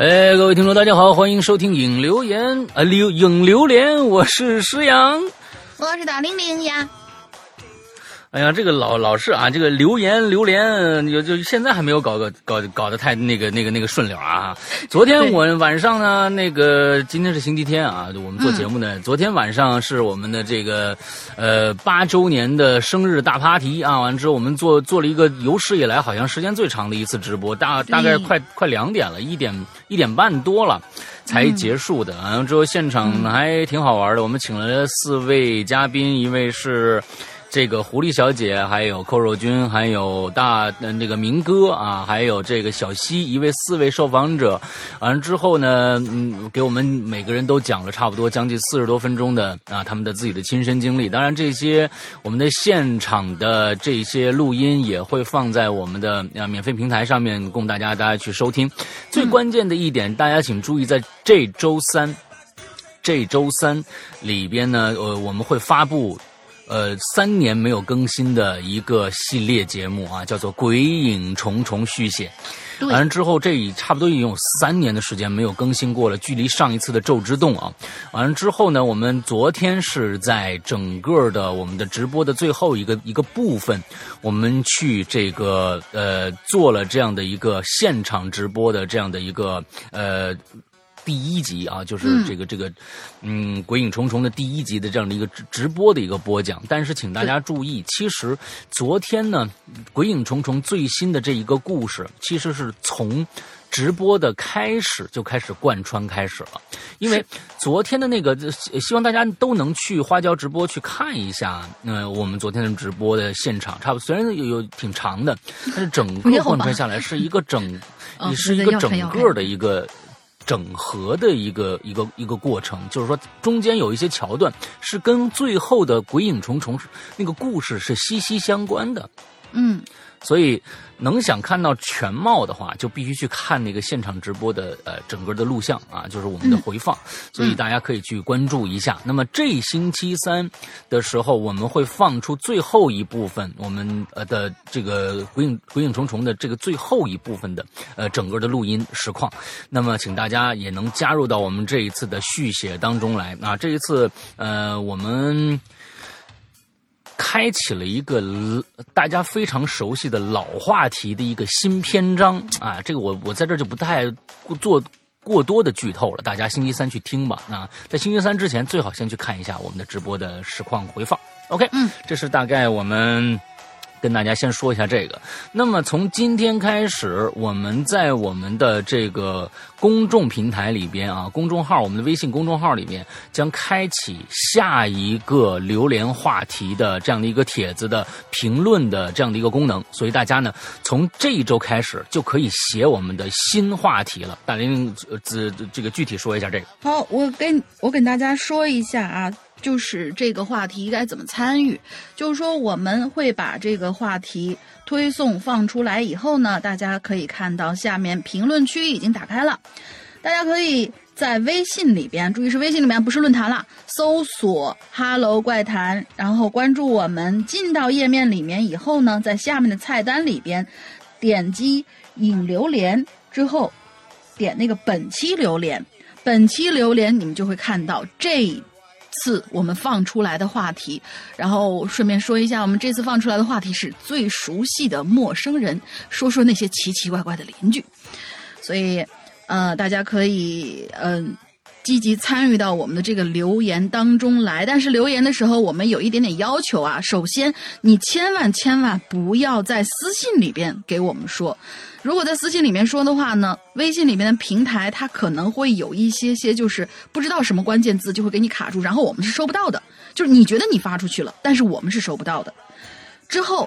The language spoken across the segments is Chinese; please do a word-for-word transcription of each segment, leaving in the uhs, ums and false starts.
哎，各位听众，大家好，欢迎收听影留言啊，流影榴莲，我是石阳， 我是大玲玲呀。 哎呀，这个老老是啊，这个留言榴莲，就就现在还没有搞个搞搞得太那个那个那个顺溜啊。昨天我晚上呢，那个今天是星期天啊，我们做节目呢，嗯、昨天晚上是我们的这个呃八周年的生日大 party 啊，完之后我们做做了一个有史以来好像时间最长的一次直播，大大概快快两点了，一点一点半多了。才结束的，然后之后现场还挺好玩的。我们请了四位嘉宾，一位是这个狐狸小姐，还有寇肉君，还有大呃那个明哥啊，还有这个小西，一位四位受访者。完了之后呢，嗯，给我们每个人都讲了差不多将近四十多分钟的啊他们的自己的亲身经历。当然，这些我们的现场的这些录音也会放在我们的啊免费平台上面，供大家大家去收听。最关键的一点，大家请注意，在这周三，这周三里边呢，呃，我们会发布。呃，三年没有更新的一个系列节目啊，叫做《鬼影重重续写》。完了之后，这已差不多已经有三年的时间没有更新过了，距离上一次的《咒之洞》啊。完了之后呢，我们昨天是在整个的我们的直播的最后一个一个部分，我们去这个呃做了这样的一个现场直播的这样的一个呃。第一集啊，就是这个这个，嗯，鬼影重重的第一集的这样的一个直直播的一个播讲。但是，请大家注意，其实昨天呢，鬼影重重最新的这一个故事，其实是从直播的开始就开始贯穿开始了。因为昨天的那个，希望大家都能去花椒直播去看一下，呃，我们昨天的直播的现场，差不多虽然有有挺长的，但是整个贯穿下来是一个整， 哦、 是一个整个的一个。整合的一个一个一个过程，就是说中间有一些桥段是跟最后的鬼影重重那个故事是息息相关的， 嗯， 所以能想看到全貌的话，就必须去看那个现场直播的呃整个的录像啊，就是我们的回放，嗯、所以大家可以去关注一下。那么这星期三的时候，我们会放出最后一部分我们呃的这个鬼影鬼影重重的这个最后一部分的呃整个的录音实况。那么请大家也能加入到我们这一次的续写当中来啊！这一次呃我们。开启了一个大家非常熟悉的老话题的一个新篇章啊！这个我我在这就不太做过多的剧透了，大家星期三去听吧。啊，在星期三之前，最好先去看一下我们的直播的实况回放。OK， 嗯， 这是大概我们。跟大家先说一下这个，那么从今天开始，我们在我们的这个公众平台里边啊，公众号，我们的微信公众号里面将开启下一个榴莲话题的这样的一个帖子的评论的这样的一个功能，所以大家呢，从这一周开始就可以写我们的新话题了。大玲，呃，这个具体说一下这个。 好，我跟我跟大家说一下啊。就是这个话题该怎么参与，就是说我们会把这个话题推送放出来以后呢，大家可以看到下面评论区已经打开了，大家可以在微信里边，注意是微信里面不是论坛了，搜索哈喽怪谈，然后关注我们，进到页面里面以后呢，在下面的菜单里边点击引榴莲之后点那个本期榴莲，本期榴莲你们就会看到这次我们放出来的话题，然后顺便说一下，我们这次放出来的话题是最熟悉的陌生人，说说那些奇奇怪怪的邻居，所以呃，大家可以嗯、呃、积极参与到我们的这个留言当中来。但是留言的时候，我们有一点点要求啊，首先你千万千万不要在私信里边给我们说。如果在私信里面说的话呢，微信里面的平台它可能会有一些些就是不知道什么关键字就会给你卡住，然后我们是收不到的，就是你觉得你发出去了，但是我们是收不到的。之后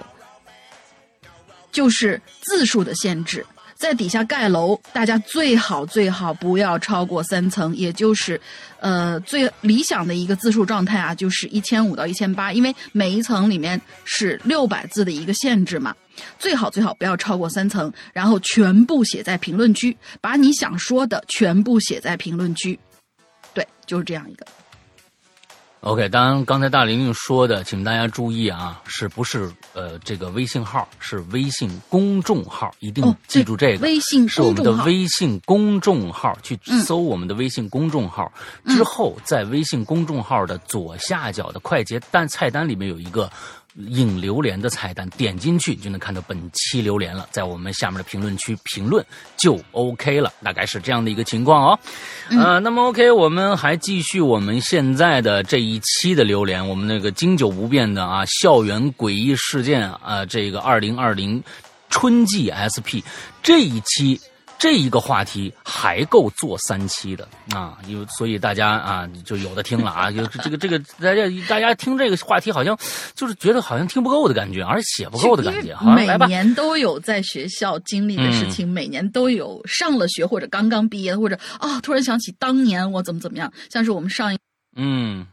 就是字数的限制，在底下盖楼，大家最好最好不要超过三层，也就是呃最理想的一个字数状态啊，就是一千五到一千八，因为每一层里面是六百字的一个限制嘛。最好最好不要超过三层，然后全部写在评论区，把你想说的全部写在评论区。对，就是这样一个。 OK， 当然刚才大玲玲说的，请大家注意啊，是不是呃这个微信号是微信公众号，一定记住这个， 哦、微信是我们的微信公众号，去搜我们的微信公众号、嗯、之后，在微信公众号的左下角的快捷单菜单里面有一个影榴莲的菜单，点进去你就能看到本期榴莲了，在我们下面的评论区评论就 OK 了，大概是这样的一个情况哦。 嗯、 呃，那么 OK， 我们还继续我们现在的这一期的榴莲，我们那个经久不变的啊，校园诡异事件啊、呃，这个二零二零春季 S P 这一期。这一个话题还够做三期的啊，因为所以大家啊就有的听了啊，有这个这个大家大家听这个话题好像就是觉得好像听不够的感觉，而且写不够的感觉。好， 每年都有在学校经历的事情，嗯、每年都有上了学或者刚刚毕业，或者啊突然想起当年我怎么怎么样，像是我们上一嗯。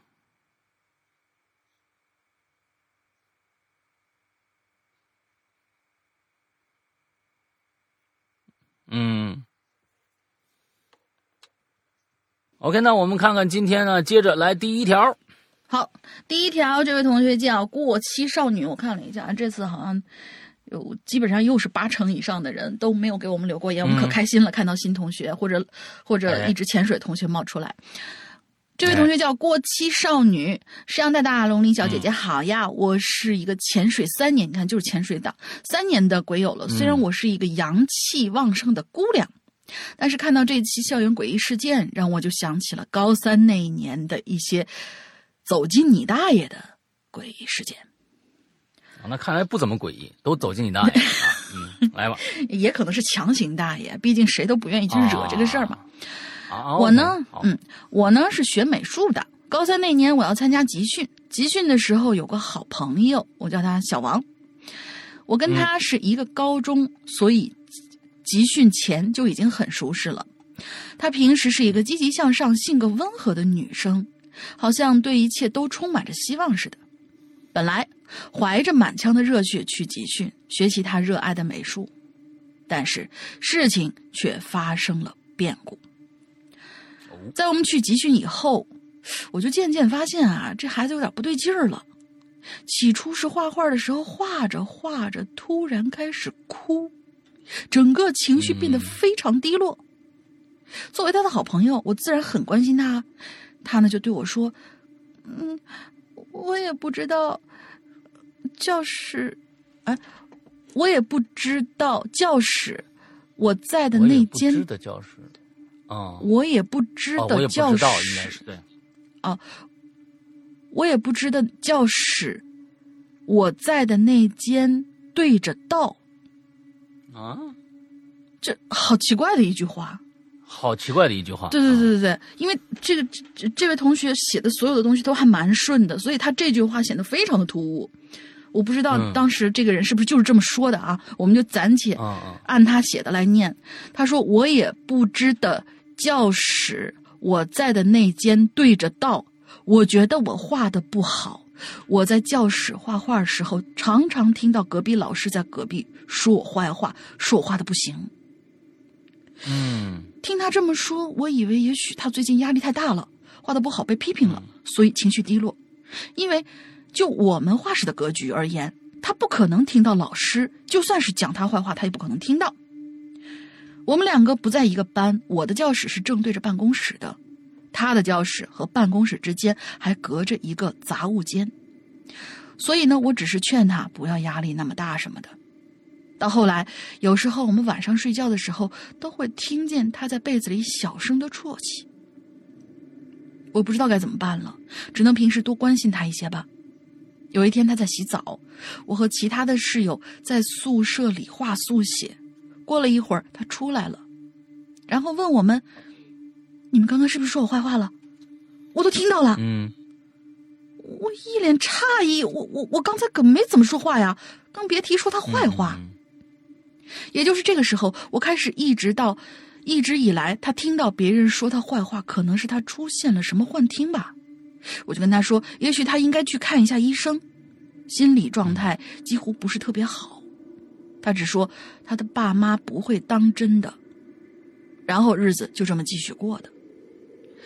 嗯 ，OK， 那我们看看今天呢，接着来第一条。 好，第一条，这位同学叫过期少女，我看了一下，这次好像有基本上又是八成以上的人都没有给我们留过言，嗯、我们可开心了，看到新同学或者或者一直潜水同学冒出来。哎、这位同学叫过期少女，石阳大大龙鳞小姐姐好呀，嗯、我是一个潜水三年，你看就是潜水党三年的鬼友了。虽然我是一个阳气旺盛的姑娘，嗯、但是看到这期校园诡异事件，让我就想起了高三那一年的一些走进你大爷的诡异事件。 哦、那看来不怎么诡异，都走进你大爷啊！嗯，来吧， 也可能是强行大爷，毕竟谁都不愿意去惹这个事儿嘛。 啊我呢， 嗯， 嗯，我呢是学美术的。高三那年，我要参加集训。集训的时候，有个好朋友，我叫他小王。我跟他是一个高中，嗯、所以集训前就已经很熟识了。她平时是一个积极向上、性格温和的女生，好像对一切都充满着希望似的。本来怀着满腔的热血去集训，学习她热爱的美术，但是事情却发生了变故。在我们去集训以后，我就渐渐发现啊，这孩子有点不对劲儿了。起初是画画的时候，画着画着，突然开始哭，整个情绪变得非常低落。嗯、作为他的好朋友，我自然很关心他。他呢就对我说：“嗯，我也不知道教室，哎，我也不知道教室我在的那间， 我也不知的教室。” 哦、我也不知道教室，哦、我也不知道应该是对。啊，我也不知道教室我在的那间对着道。 啊， 这好奇怪的一句话。 好奇怪的一句话。 对对对对对，啊、因为这个这这位同学写的所有的东西都还蛮顺的，所以他这句话显得非常的突兀。我不知道当时这个人是不是就是这么说的啊？嗯、我们就暂且按他写的来念。他说：“我也不知道教室我在的那间对着道，我觉得我画的不好。我在教室画画的时候，常常听到隔壁老师在隔壁说我坏话，说我画的不行。” 嗯， 听他这么说，我以为也许他最近压力太大了，画的不好被批评了，所以情绪低落。因为就我们画室的格局而言，他不可能听到老师，就算是讲他坏话，他也不可能听到。我们两个不在一个班，我的教室是正对着办公室的，他的教室和办公室之间还隔着一个杂物间。所以呢，我只是劝他不要压力那么大什么的。到后来，有时候我们晚上睡觉的时候，都会听见他在被子里小声的啜泣。我不知道该怎么办了，只能平时多关心他一些吧。有一天他在洗澡，我和其他的室友在宿舍里画速写。过了一会儿，他出来了，然后问我们：“你们刚刚是不是说我坏话了？”我都听到了。 嗯， 我一脸诧异，我我我刚才可没怎么说话呀，更别提说他坏话。 嗯、 也就是这个时候，我开始一直到一直以来，他听到别人说他坏话，可能是他出现了什么幻听吧。我就跟他说，也许他应该去看一下医生，心理状态几乎不是特别好。他只说他的爸妈不会当真的，然后日子就这么继续过的。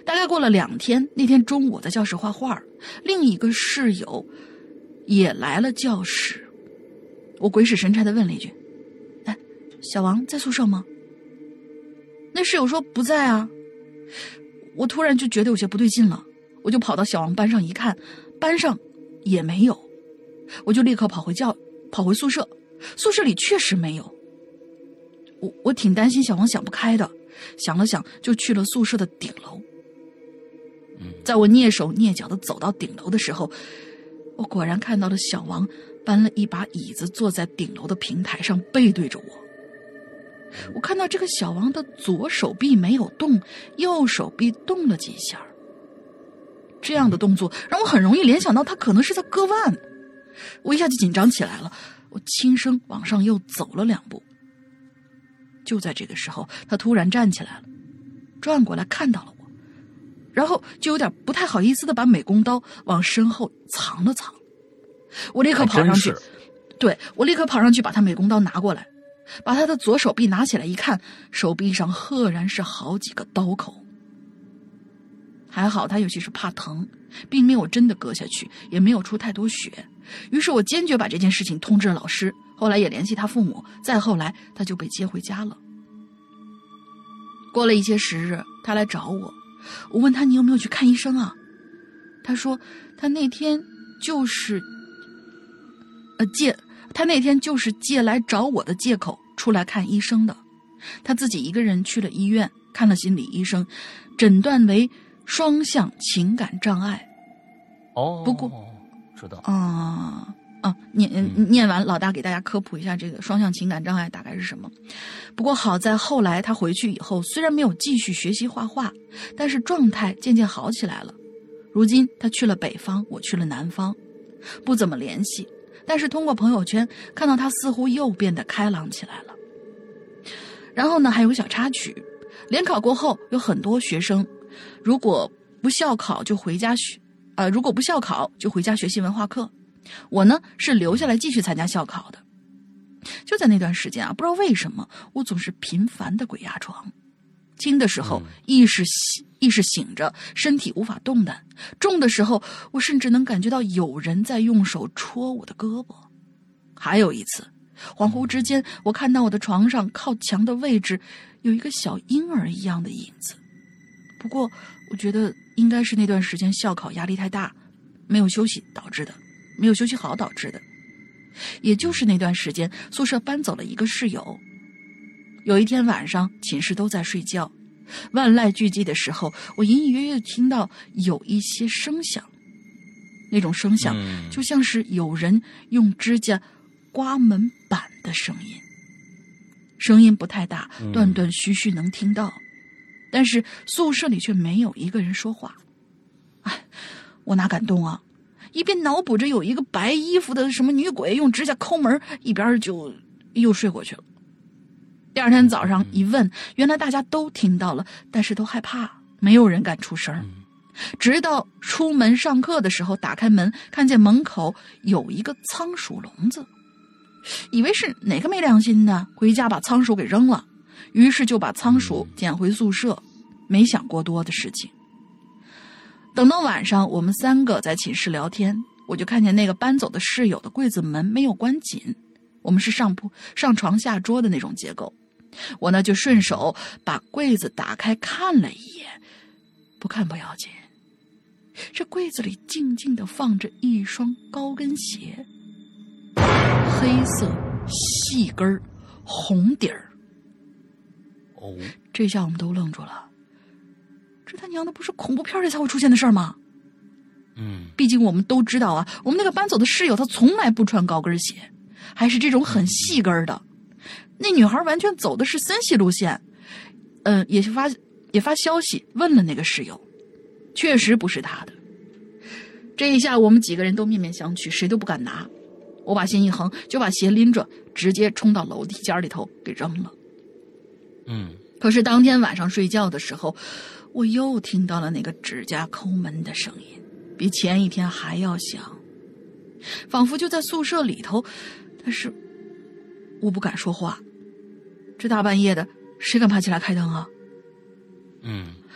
大概过了两天，那天中午我在教室画画，另一个室友也来了教室。我鬼使神差地问了一句：哎，小王在宿舍吗？那室友说不在啊。我突然就觉得有些不对劲了，我就跑到小王班上一看，班上也没有，我就立刻跑回教跑回宿舍，宿舍里确实没有。我我挺担心小王想不开的，想了想就去了宿舍的顶楼。在我蹑手蹑脚地走到顶楼的时候，我果然看到了小王搬了一把椅子坐在顶楼的平台上，背对着我。我看到这个小王的左手臂没有动，右手臂动了几下，这样的动作让我很容易联想到他可能是在割腕。我一下就紧张起来了，我轻声往上又走了两步。就在这个时候，他突然站起来了，转过来看到了我，然后就有点不太好意思的把美工刀往身后藏了藏。我立刻跑上去，对，我立刻跑上去把他美工刀拿过来，把他的左手臂拿起来一看，手臂上赫然是好几个刀口。还好他尤其是怕疼，并没有真的割下去，也没有出太多血。于是我坚决把这件事情通知了老师，后来也联系他父母，再后来他就被接回家了。过了一些时日，他来找我，我问他你有没有去看医生啊？他说他那天就是呃借他那天就是借来找我的借口出来看医生的。他自己一个人去了医院，看了心理医生，诊断为双向情感障碍。 哦， 不过知道啊啊，念念完，老大给大家科普一下这个双向情感障碍大概是什么。不过好在后来他回去以后，虽然没有继续学习画画，但是状态渐渐好起来了。如今他去了北方，我去了南方，不怎么联系，但是通过朋友圈看到他似乎又变得开朗起来了。然后呢，还有个小插曲，联考过后有很多学生如果不校考就回家学呃，如果不校考就回家学习文化课。我呢是留下来继续参加校考的。就在那段时间啊，不知道为什么我总是频繁的鬼压床。轻的时候意识意识醒着，身体无法动弹；重的时候我甚至能感觉到有人在用手戳我的胳膊。还有一次，恍惚之间我看到我的床上靠墙的位置有一个小婴儿一样的影子。不过我觉得应该是那段时间校考压力太大，没有休息导致的，没有休息好导致的。也就是那段时间，宿舍搬走了一个室友。有一天晚上，寝室都在睡觉，万籁俱寂的时候，我隐隐约约听到有一些声响，那种声响就像是有人用指甲刮门板的声音，声音不太大，断断续续能听到，但是宿舍里却没有一个人说话。哎，我哪敢动啊！一边脑补着有一个白衣服的什么女鬼用指甲抠门，一边就又睡过去了。第二天早上一问，原来大家都听到了，但是都害怕，没有人敢出声。直到出门上课的时候，打开门看见门口有一个仓鼠笼子，以为是哪个没良心的回家把仓鼠给扔了，于是就把仓鼠捡回宿舍，没想过多的事情。等到晚上，我们三个在寝室聊天，我就看见那个搬走的室友的柜子门没有关紧，我们是上铺上床下桌的那种结构，我呢就顺手把柜子打开看了一眼，不看不要紧，这柜子里静静地放着一双高跟鞋，黑色细跟红底儿。 哦， 这下我们都愣住了，这他娘的不是恐怖片里才会出现的事儿吗？ 嗯， 毕竟我们都知道啊，我们那个搬走的室友他从来不穿高跟鞋，还是这种很细跟的。那女孩完全走的是森系路线，嗯、呃，也发也发消息问了那个室友，确实不是他的。这一下我们几个人都面面相觑，谁都不敢拿。我把心一横，就把鞋拎着，直接冲到楼梯间里头给扔了。 嗯， 可是当天晚上睡觉的时候，我又听到了那个指甲抠门的声音，比前一天还要响，仿佛就在宿舍里头，但是我不敢说话。这大半夜的，谁敢爬起来开灯啊？ 嗯，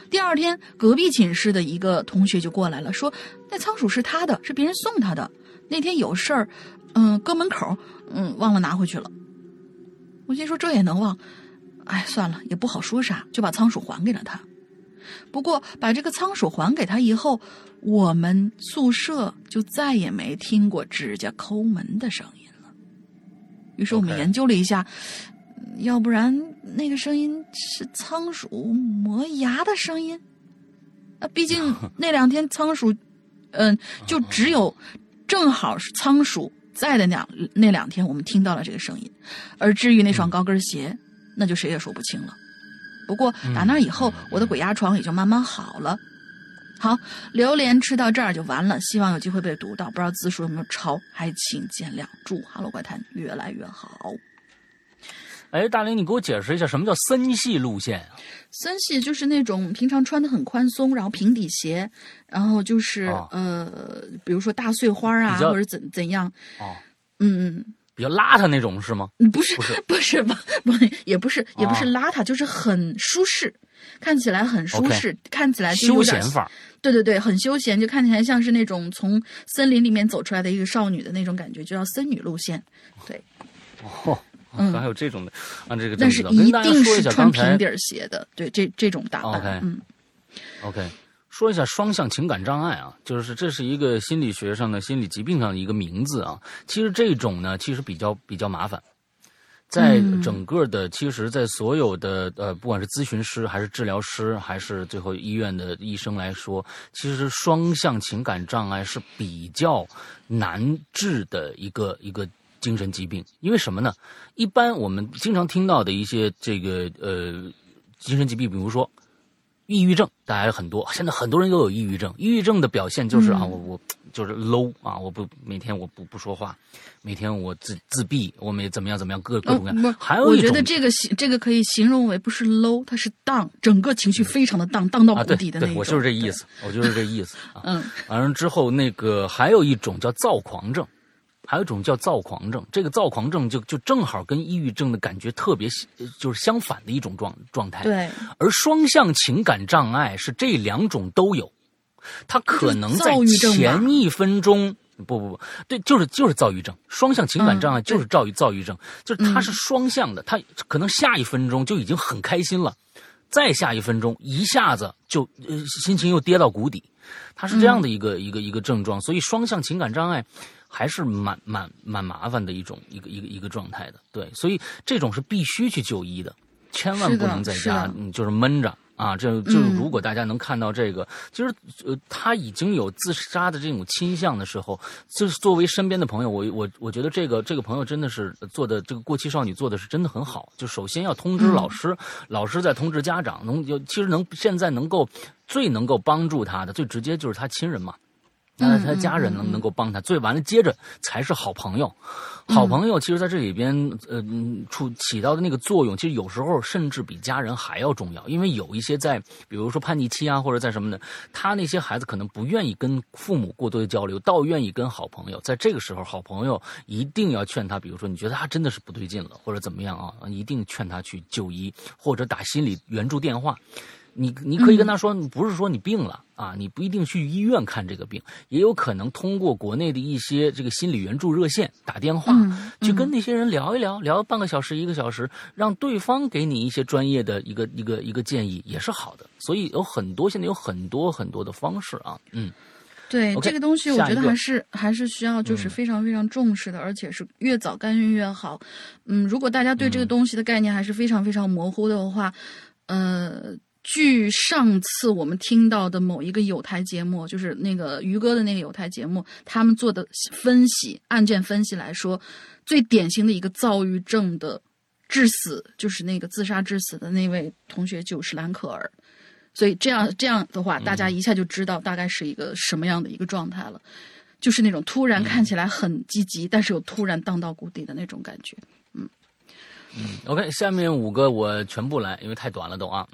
第二天，隔壁寝室的一个同学就过来了，说那仓鼠是他的，是别人送他的。那天有事儿，嗯，搁门口，嗯，忘了拿回去了。我心说这也能忘？哎，算了，也不好说啥，就把仓鼠还给了他。不过把这个仓鼠还给他以后，我们宿舍就再也没听过指甲抠门的声音了。于是我们研究了一下， okay. 要不然那个声音是仓鼠磨牙的声音啊？毕竟那两天仓鼠，嗯，就只有正好是仓鼠在的那那两天，我们听到了这个声音。而至于那双高跟鞋，嗯、那就谁也说不清了。不过打那以后，嗯、我的鬼压床也就慢慢好了。好，榴莲吃到这儿就完了，希望有机会被读到，不知道字数有没有超，还请见谅。祝哈喽怪谈越来越好。 哎，大林，你给我解释一下什么叫森系路线啊？ 森系就是那种平常穿的很宽松，然后平底鞋，然后就是、哦、呃，比如说大碎花啊，或者怎怎样。哦，嗯。 比较邋遢那种是吗？ 不是，不是，不是吧？不，也不是，也不是邋遢，哦、就是很舒适，看起来很舒适， okay, 看起来就有点休闲范儿。 对对对，很休闲，就看起来像是那种从森林里面走出来的一个少女的那种感觉，就叫森女路线。对。 哦，嗯，还有这种的，啊，这个但是一定是穿平底鞋的，对，这这种打扮。 OK， 嗯 ，OK。说一下双向情感障碍啊，就是这是一个心理学上的心理疾病上的一个名字啊。其实这种呢，其实比较比较麻烦，在整个的，嗯、其实，在所有的呃，不管是咨询师还是治疗师，还是最后医院的医生来说，其实双向情感障碍是比较难治的一个一个精神疾病。因为什么呢？一般我们经常听到的一些这个呃精神疾病，比如说抑郁症，大家有很多，现在很多人都有抑郁症。抑郁症的表现就是、嗯、啊，我我就是 low 啊，我不每天我不不说话，每天我自自闭，我每怎么样怎么样，各各种各样。 呃、 还有一种， 我觉得这个这个可以形容为不是 low， 它是 down， 整个情绪非常的 down， down 到谷底的那种。 啊、对, 对，我就是这意思，我就是这意思啊。 嗯， 完了之后，那个还有一种叫躁狂症。还有一种叫躁狂症，这个躁狂症就就正好跟抑郁症的感觉特别就是相反的一种状状态。 对， 而双向情感障碍是这两种都有，它可能在前一分钟不不不对，就是就是躁郁症，双向情感障碍就是躁郁躁郁症，就是它是双向的，它可能下一分钟就已经很开心了，再下一分钟一下子就、呃、心情又跌到谷底，它是这样的一个、嗯、一个一个症状，所以双向情感障碍还是蛮蛮蛮麻烦的一种一个一个一个状态的，对，所以这种是必须去就医的，千万不能在家嗯就是闷着啊。这就如果大家能看到这个，嗯、就是呃他已经有自杀的这种倾向的时候，就是作为身边的朋友，我我我觉得这个这个朋友真的是做的这个过气少女做的是真的很好。就首先要通知老师，嗯、老师再通知家长，能就其实能现在能够最能够帮助他的最直接就是他亲人嘛。那他家人能能够帮他，最完了接着才是好朋友。好朋友其实在这里边，呃，处起到的那个作用，其实有时候甚至比家人还要重要。因为有一些在，比如说叛逆期啊，或者在什么的，他那些孩子可能不愿意跟父母过多的交流，倒愿意跟好朋友。在这个时候，好朋友一定要劝他，比如说你觉得他真的是不对劲了，或者怎么样啊，一定劝他去就医，或者打心理援助电话。你你可以跟他说，不是说你病了啊，你不一定去医院看这个病，也有可能通过国内的一些这个心理援助热线打电话， 嗯嗯、 去跟那些人聊一聊，聊半个小时一个小时，让对方给你一些专业的一个一个一个建议，也是好的。所以有很多现在有很多很多的方式啊，嗯， 对、 okay, 这个东西，我觉得还是还是需要就是非常非常重视的，嗯、而且是越早干预越好。嗯，如果大家对这个东西的概念还是非常非常模糊的话，嗯、呃。据上次我们听到的某一个有台节目，就是那个于哥的那个有台节目，他们做的分析案件分析来说，最典型的一个躁郁症的致死，就是那个自杀致死的那位同学就是兰可儿。所以这样这样的话，大家一下就知道大概是一个什么样的一个状态了，就是那种突然看起来很积极，但是又突然荡到谷底的那种感觉。嗯嗯 ，OK， 下面五个我全部来，因为太短了都啊。嗯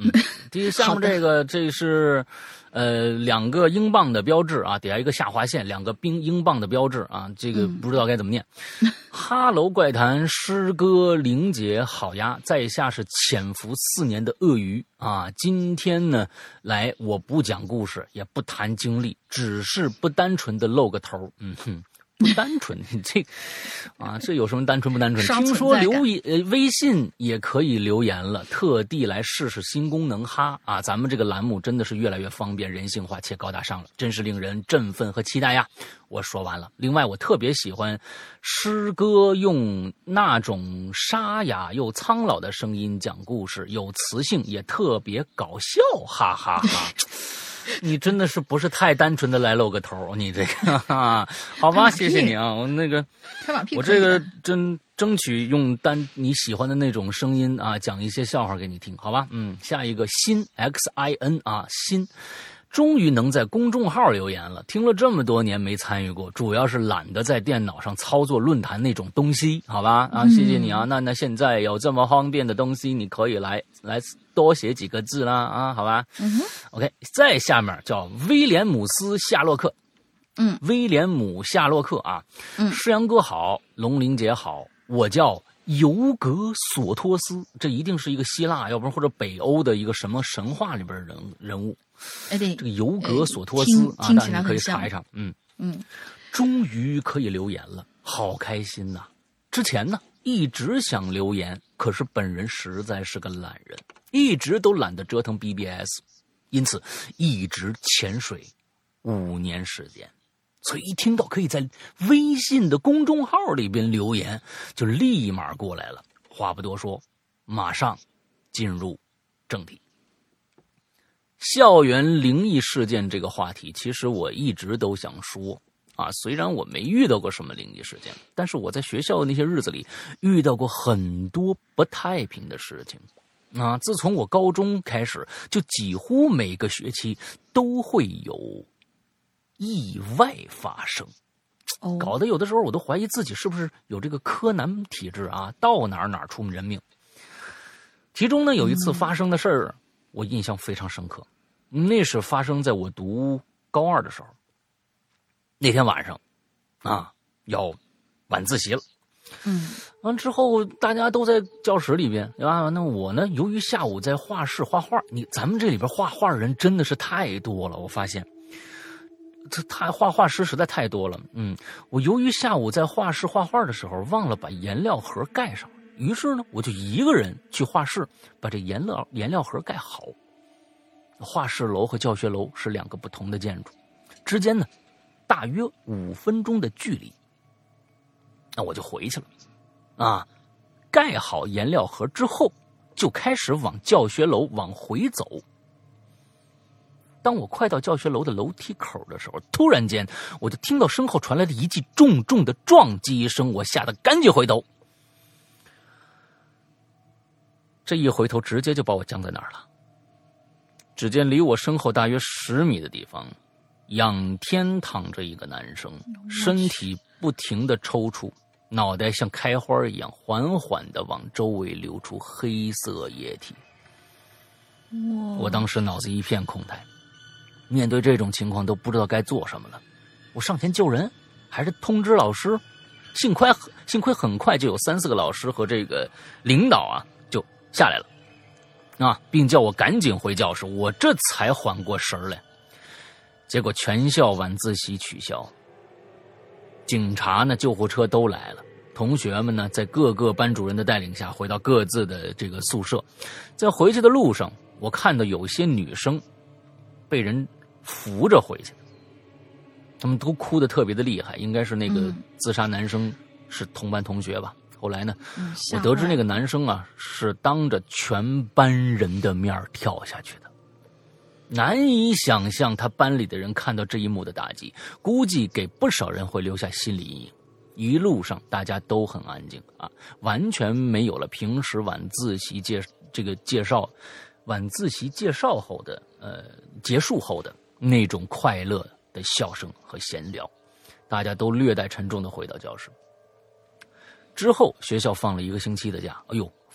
这下面这个这是呃两个英镑的标志啊，底下一个下划线，两个冰英镑的标志啊，这个不知道该怎么念。嗯、哈喽怪谈诗歌玲姐好呀，在下是潜伏四年的鳄鱼啊，今天呢来我不讲故事，也不谈经历，只是不单纯的露个头，嗯哼。不单纯，这啊，这有什么单纯不单纯？听说留言呃微信也可以留言了，特地来试试新功能哈啊！咱们这个栏目真的是越来越方便、人性化且高大上了，真是令人振奋和期待呀！我说完了。另外，我特别喜欢诗歌用那种沙哑又苍老的声音讲故事，有磁性，也特别搞笑，哈哈哈。你真的是不是太单纯的来露个头，你这个哈，好吧，谢谢你啊，我那个，我这个真争取用单你喜欢的那种声音啊，讲一些笑话给你听，好吧？嗯，下一个新 X I N 啊，新。终于能在公众号留言了，听了这么多年没参与过，主要是懒得在电脑上操作论坛那种东西，好吧？啊，谢谢你啊。那那现在有这么方便的东西，你可以来来多写几个字啦啊，好吧？嗯哼 OK， 再下面叫威廉姆斯夏洛克， 嗯， 威廉姆夏洛克啊， 嗯， 诗阳哥好，龙玲姐好，我叫尤格索托斯，这一定是一个希腊，要不然或者北欧的一个什么神话里边的人人物。 哎，对， 这个尤格索托斯啊，大家可以查一查。嗯嗯， 终于可以留言了，好开心呐！之前呢一直想留言，可是本人实在是个懒人，一直都懒得折腾 B B S， 因此一直潜水五年时间。所以一听到可以在微信的公众号里边留言，就立马过来了。话不多说，马上进入正题。校园灵异事件这个话题，其实我一直都想说啊，虽然我没遇到过什么灵异事件，但是我在学校的那些日子里遇到过很多不太平的事情啊。自从我高中开始，就几乎每个学期都会有意外发生，搞得有的时候我都怀疑自己是不是有这个柯南体质啊，到哪儿哪儿出人命。其中呢，有一次发生的事儿，我印象非常深刻，那是发生在我读高二的时候。那天晚上，啊，要晚自习了。 嗯， 完之后大家都在教室里边啊，那我呢，由于下午在画室画画，你咱们这里边画画的人真的是太多了，我发现，这太画画师实在太多了。嗯，我由于下午在画室画画的时候忘了把颜料盒盖上。于是呢，我就一个人去画室把这颜料颜料盒盖好。画室楼和教学楼是两个不同的建筑，之间呢大约五分钟的距离。那我就回去了，啊，盖好颜料盒之后，就开始往教学楼往回走。当我快到教学楼的楼梯口的时候，突然间我就听到身后传来了一记重重的撞击声，我吓得赶紧回头。这一回头直接就把我僵在那儿了。只见离我身后大约十米的地方，仰天躺着一个男生，身体不停地抽搐，脑袋像开花一样缓缓地往周围流出黑色液体。我当时脑子一片空白，面对这种情况都不知道该做什么了。我上前救人，还是通知老师？幸亏幸亏很快就有三四个老师和这个领导啊就下来了啊，并叫我赶紧回教室，我这才缓过神来。结果全校晚自习取消，警察呢、救护车都来了，同学们呢在各个班主任的带领下回到各自的这个宿舍。在回去的路上，我看到有些女生被人扶着回去，他们都哭得特别的厉害，应该是那个自杀男生是同班同学吧。后来呢， 嗯、 我得知那个男生啊是当着全班人的面跳下去的。难以想象他班里的人看到这一幕的打击，估计给不少人会留下心理阴影。一路上大家都很安静啊，完全没有了平时晚自习介这个介绍晚自习介绍后的呃结束后的那种快乐的笑声和闲聊，大家都略带沉重的回到教室。之后学校放了一个星期的假，哎呦，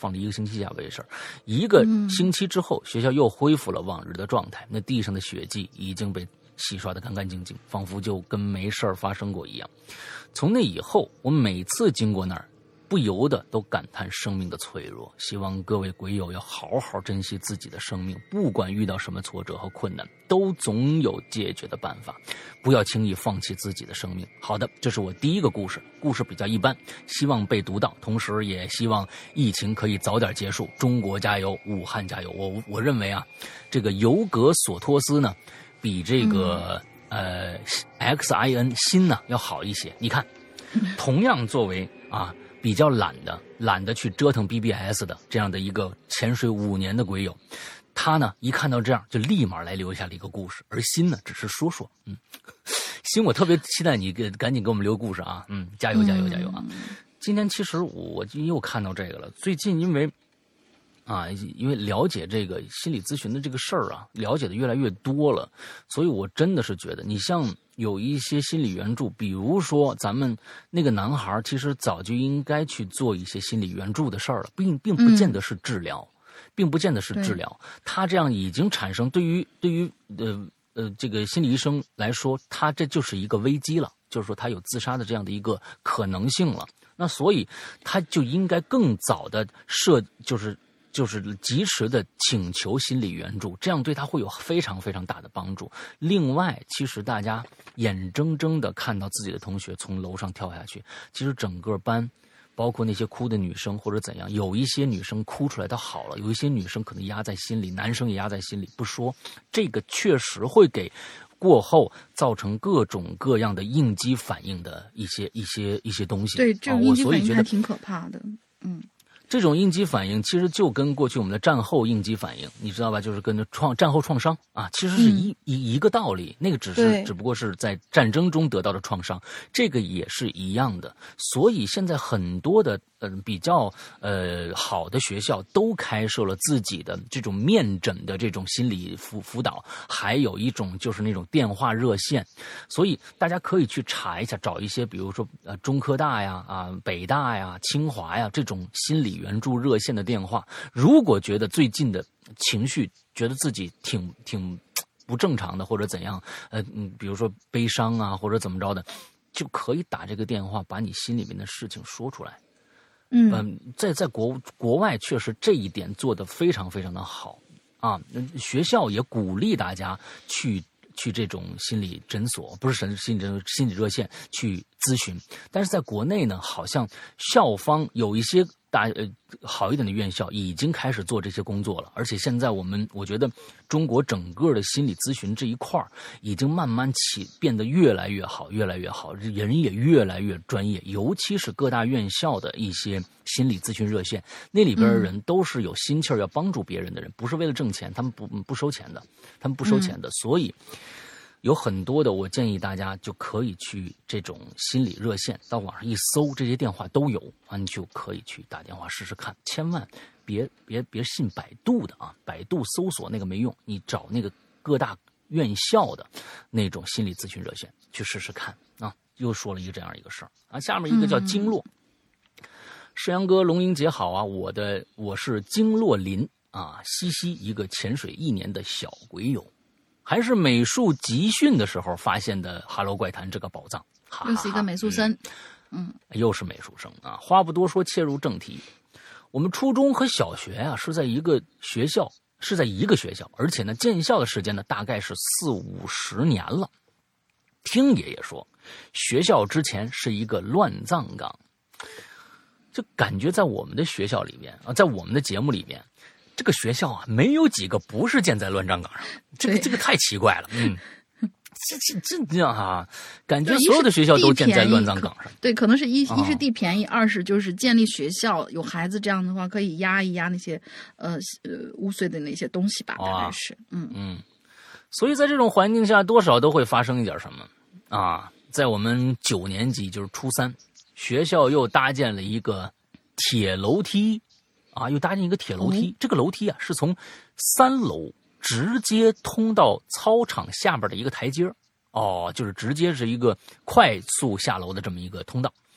放了一个星期假为事儿。一个星期之后，学校又恢复了往日的状态，那地上的血迹已经被洗刷得干干净净，仿佛就跟没事儿发生过一样。从那以后，我每次经过那儿，不由得都感叹生命的脆弱。希望各位鬼友要好好珍惜自己的生命，不管遇到什么挫折和困难，都总有解决的办法，不要轻易放弃自己的生命。好的，这是我第一个故事，故事比较一般，希望被读到，同时也希望疫情可以早点结束，中国加油，武汉加油。我我认为啊，这个尤格索托斯呢，比这个、嗯、呃 X I N 新呢要好一些。你看，同样作为啊比较懒的懒得去折腾 B B S 的这样的一个潜水五年的鬼友，他呢一看到这样就立马来留下了一个故事，而新呢只是说说。嗯，新我特别期待你给赶紧给我们留故事啊，嗯，加油加油加油啊！今天其实我又看到这个了，最近因为啊，因为了解这个心理咨询的这个事儿啊，了解的越来越多了，所以我真的是觉得，你像有一些心理援助，比如说咱们那个男孩，其实早就应该去做一些心理援助的事儿了，并并不见得是治疗，嗯、并不见得是治疗。他这样已经产生对于对于呃呃这个心理医生来说，他这就是一个危机了，就是说他有自杀的这样的一个可能性了。那所以他就应该更早的设，就是。就是及时的请求心理援助，这样对他会有非常非常大的帮助。另外，其实大家眼睁睁的看到自己的同学从楼上跳下去，其实整个班，包括那些哭的女生或者怎样，有一些女生哭出来她好了，有一些女生可能压在心里，男生也压在心里不说，这个确实会给过后造成各种各样的应激反应的一些一些一些东西。 对，这种应激反应还挺可怕的。嗯。 这种应激反应其实就跟过去我们的战后应激反应，你知道吧？就是跟创战后创伤啊，其实是一、嗯、一一个道理。那个只是只不过是在战争中得到的创伤，这个也是一样的。所以现在很多的呃比较呃好的学校都开设了自己的这种面诊的这种心理辅辅导，还有一种就是那种电话热线。所以大家可以去查一下，找一些比如说呃中科大呀、啊北大呀、清华呀这种心理援助热线的电话，如果觉得最近的情绪觉得自己挺挺不正常的或者怎样，呃嗯，比如说悲伤啊或者怎么着的，就可以打这个电话把你心里面的事情说出来。 嗯， 呃、在在国国外确实这一点做得非常非常的好啊，学校也鼓励大家去。去这种心理诊所，不是神心理心理热线去咨询，但是在国内呢，好像校方有一些大呃好一点的院校已经开始做这些工作了，而且现在我们我觉得中国整个的心理咨询这一块已经慢慢起变得越来越好，越来越好，人也越来越专业，尤其是各大院校的一些心理咨询热线，那里边的人都是有心气儿要帮助别人的人，不是为了挣钱，他们不不收钱的，他们不收钱的，所以。有很多的，我建议大家就可以去这种心理热线，到网上一搜，这些电话都有啊，你就可以去打电话试试看。千万别别别信百度的啊，百度搜索那个没用，你找那个各大院校的那种心理咨询热线去试试看啊。又说了一个这样一个事儿啊，下面一个叫经络，世阳哥龙英姐好啊，我的我是经络林啊，西西一个潜水一年的小鬼友。还是美术集训的时候发现的《哈喽怪谈》这个宝藏，哈哈哈又是一个美术生，嗯， 嗯又是美术生啊！话不多说，切入正题。我们初中和小学啊是在一个学校，是在一个学校，而且呢，建校的时间呢大概是四五十年了。听爷爷说，学校之前是一个乱葬岗，就感觉在我们的学校里边啊，在我们的节目里边。这个学校啊，没有几个不是建在乱葬岗上，这个这个太奇怪了，嗯，这这这这样哈，感觉所有的学校都建在乱葬岗上。 对，可能是一、哦、一是地便宜，二是就是建立学校，有孩子这样的话可以压一压那些呃呃污秽的那些东西吧，大概是，嗯嗯，所以在这种环境下，多少都会发生一点什么啊。在我们九年级，就是初三，学校又搭建了一个铁楼梯。啊，又搭建一个铁楼梯，哦、这个楼梯啊是从三楼直接通到操场下边的一个台阶哦，就是直接是一个快速下楼的这么一个通道。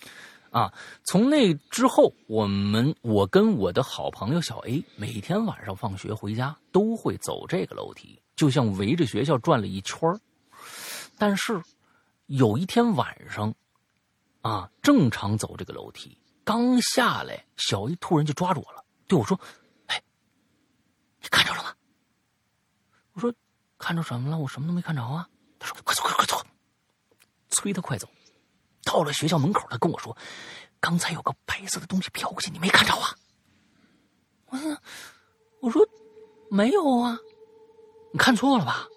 啊，从那之后，我们我跟我的好朋友小 A 每天晚上放学回家都会走这个楼梯，就像围着学校转了一圈儿。但是有一天晚上，啊，正常走这个楼梯，刚下来，小 A 突然就抓住我了，对我说：“哎，你看着了吗？”我说：“看着什么了？我什么都没看着啊。”他说：“快走，快走，快走！”催他快走。到了学校门口，他跟我说：“刚才有个白色的东西飘过去，你没看着啊？”我说：“我说没有啊，你看错了吧？”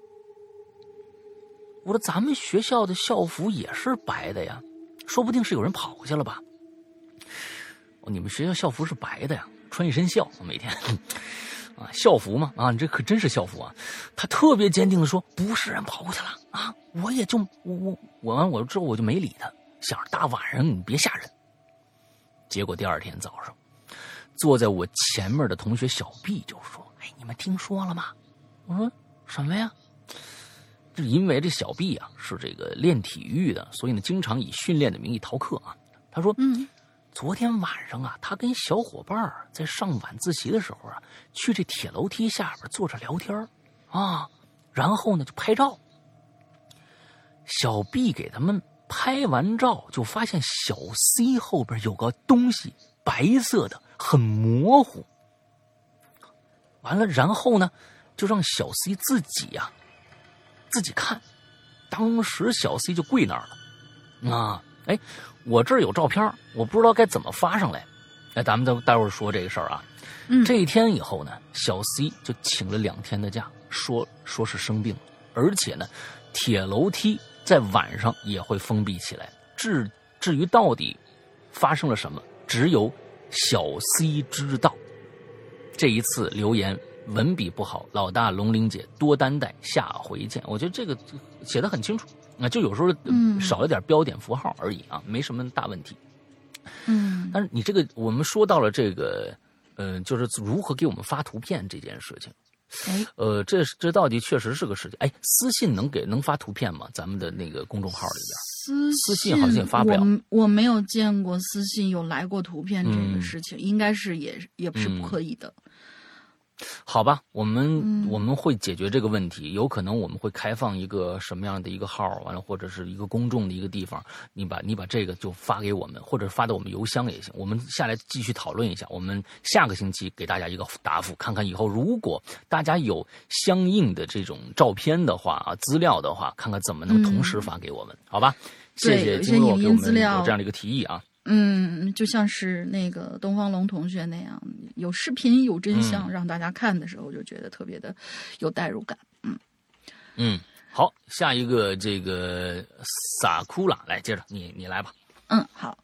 我说：“咱们学校的校服也是白的呀，说不定是有人跑过去了吧？”哦，你们学校校服是白的呀，穿一身校，每天啊，校服嘛啊，你这可真是校服啊！他特别坚定的说：“不是人跑过去了啊！”我也就我我我完我之后我就没理他，想着大晚上你别吓人。结果第二天早上，坐在我前面的同学小 B 就说：“哎，你们听说了吗？”我说：“什么呀？”就是因为这小 B 啊是这个练体育的，所以呢经常以训练的名义逃课啊。他说：“嗯，昨天晚上啊，他跟小伙伴在上晚自习的时候啊，去这铁楼梯下边坐着聊天啊，然后呢就拍照。小 B 给他们拍完照，就发现小 C 后边有个东西，白色的，很模糊。完了，然后呢，就让小 C 自己呀、啊、自己看。当时小 C 就跪那儿了。啊，哎，我这儿有照片，我不知道该怎么发上来。哎，咱们待待会儿说这个事儿啊。嗯，这一天以后呢，小 C 就请了两天的假，说说是生病了，而且呢，铁楼梯在晚上也会封闭起来。至至于到底发生了什么，只有小 C 知道。这一次留言文笔不好，老大龙玲姐多担待，下回见。我觉得这个写得很清楚，啊，就有时候少了点标点符号而已啊，没什么大问题。嗯，但是你这个我们说到了这个，呃，就是如何给我们发图片这件事情。哎，呃，这这到底确实是个事情。哎，私信能给能发图片吗？咱们的那个公众号里边， 私私信好像也发不了。 我我没有见过私信有来过图片这个事情，嗯、应该是也也是不可以的。嗯好吧，我们、嗯、我们会解决这个问题。有可能我们会开放一个什么样的一个号，完了或者是一个公众的一个地方，你把你把这个就发给我们，或者发到我们邮箱也行。我们下来继续讨论一下，我们下个星期给大家一个答复，看看以后如果大家有相应的这种照片的话啊，资料的话，看看怎么能同时发给我们，嗯、好吧？谢谢金洛给我们有这样的一个提议啊。 嗯，就像是那个东方龙同学那样，有视频有真相，嗯、让大家看的时候就觉得特别的有代入感。嗯嗯，好，下一个这个萨库拉来，接着你你来吧。 嗯，好，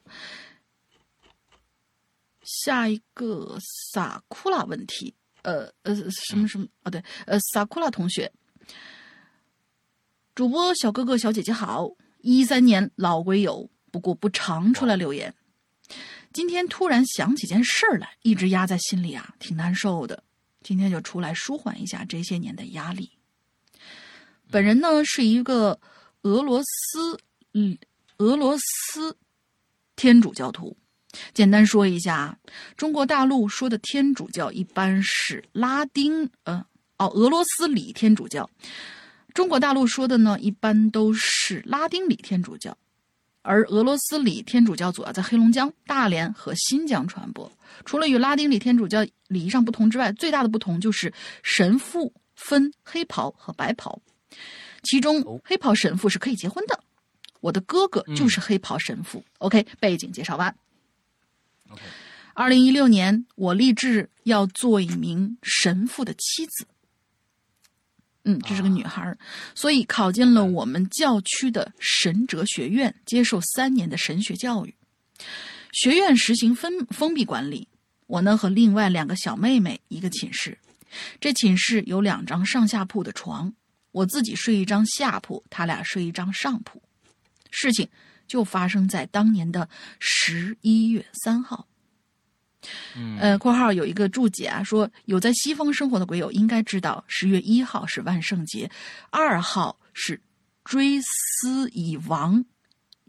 下一个萨库拉问题，呃呃什么什么啊、哦？对，呃萨库拉同学，主播小哥哥小姐姐好，一三年老龟友。不过不常出来留言，今天突然想起件事儿来，一直压在心里啊，挺难受的。今天就出来舒缓一下这些年的压力。本人呢是一个俄罗斯，嗯，俄罗斯天主教徒。简单说一下，中国大陆说的天主教一般是拉丁，呃，哦，俄罗斯礼天主教。中国大陆说的呢，一般都是拉丁礼天主教。而俄罗斯礼天主教主要在黑龙江、大连和新疆传播。除了与拉丁礼天主教礼仪上不同之外，最大的不同就是神父分黑袍和白袍，其中黑袍神父是可以结婚的。我的哥哥就是黑袍神父。嗯、OK， 背景介绍完。二零一六年，我立志要做一名神父的妻子。嗯，这是个女孩，所以考进了我们教区的神哲学院，接受三年的神学教育。学院实行分封闭管理，我呢和另外两个小妹妹一个寝室。这寝室有两张上下铺的床，我自己睡一张下铺，他俩睡一张上铺。事情就发生在当年的十一月三号。呃，括号有一个注解啊，说有在西方生活的鬼友应该知道，十月一号是万圣节，二号是追思以亡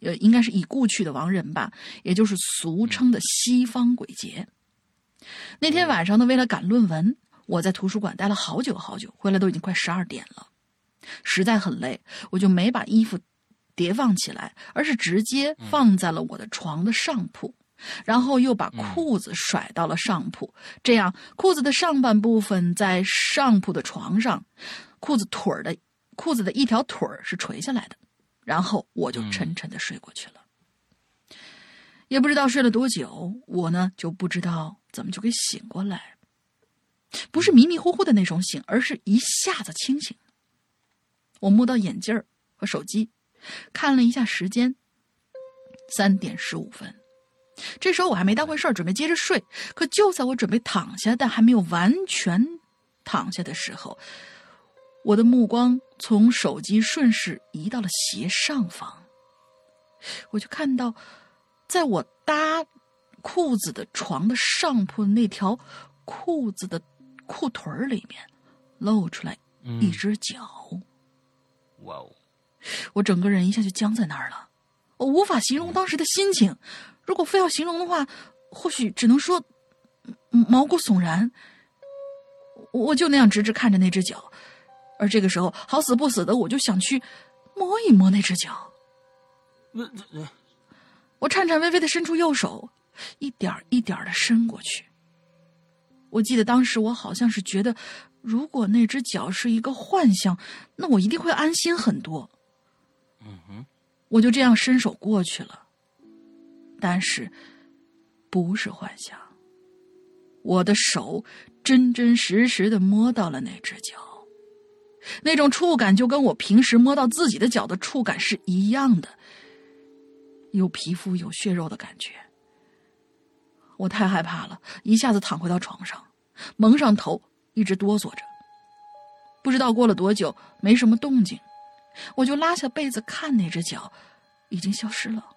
呃，应该是已故去的亡人吧，也就是俗称的西方鬼节。那天晚上呢，为了赶论文，我在图书馆待了好久好久，回来都已经快十二点了，实在很累，我就没把衣服叠放起来，而是直接放在了我的床的上铺，然后又把裤子甩到了上铺，这样裤子的上半部分在上铺的床上，裤子腿的裤子的一条腿是垂下来的，然后我就沉沉的睡过去了。也不知道睡了多久，我呢就不知道怎么就给醒过来，不是迷迷糊糊的那种醒，而是一下子清醒。我摸到眼镜儿和手机，看了一下时间，三点十五分。这时候我还没当回事儿，准备接着睡。可就在我准备躺下，但还没有完全躺下的时候，我的目光从手机顺势移到了斜上方，我就看到，在我搭裤子的床的上铺那条裤子的裤腿里面，露出来一只脚。 哇哦！ 我整个人一下就僵在那儿了，我无法形容当时的心情。如果非要形容的话，或许只能说毛骨悚然。我就那样直直看着那只脚，而这个时候好死不死的，我就想去摸一摸那只脚。我颤颤巍巍的伸出右手，一点一点的伸过去。我记得当时我好像是觉得，如果那只脚是一个幻象，那我一定会安心很多。 嗯哼， 我就这样伸手过去了，但是不是幻象，我的手真真实实的摸到了那只脚，那种触感就跟我平时摸到自己的脚的触感是一样的，有皮肤有血肉的感觉。我太害怕了，一下子躺回到床上，蒙上头，一直哆嗦着。不知道过了多久，没什么动静，我就拉下被子看那只脚，已经消失了。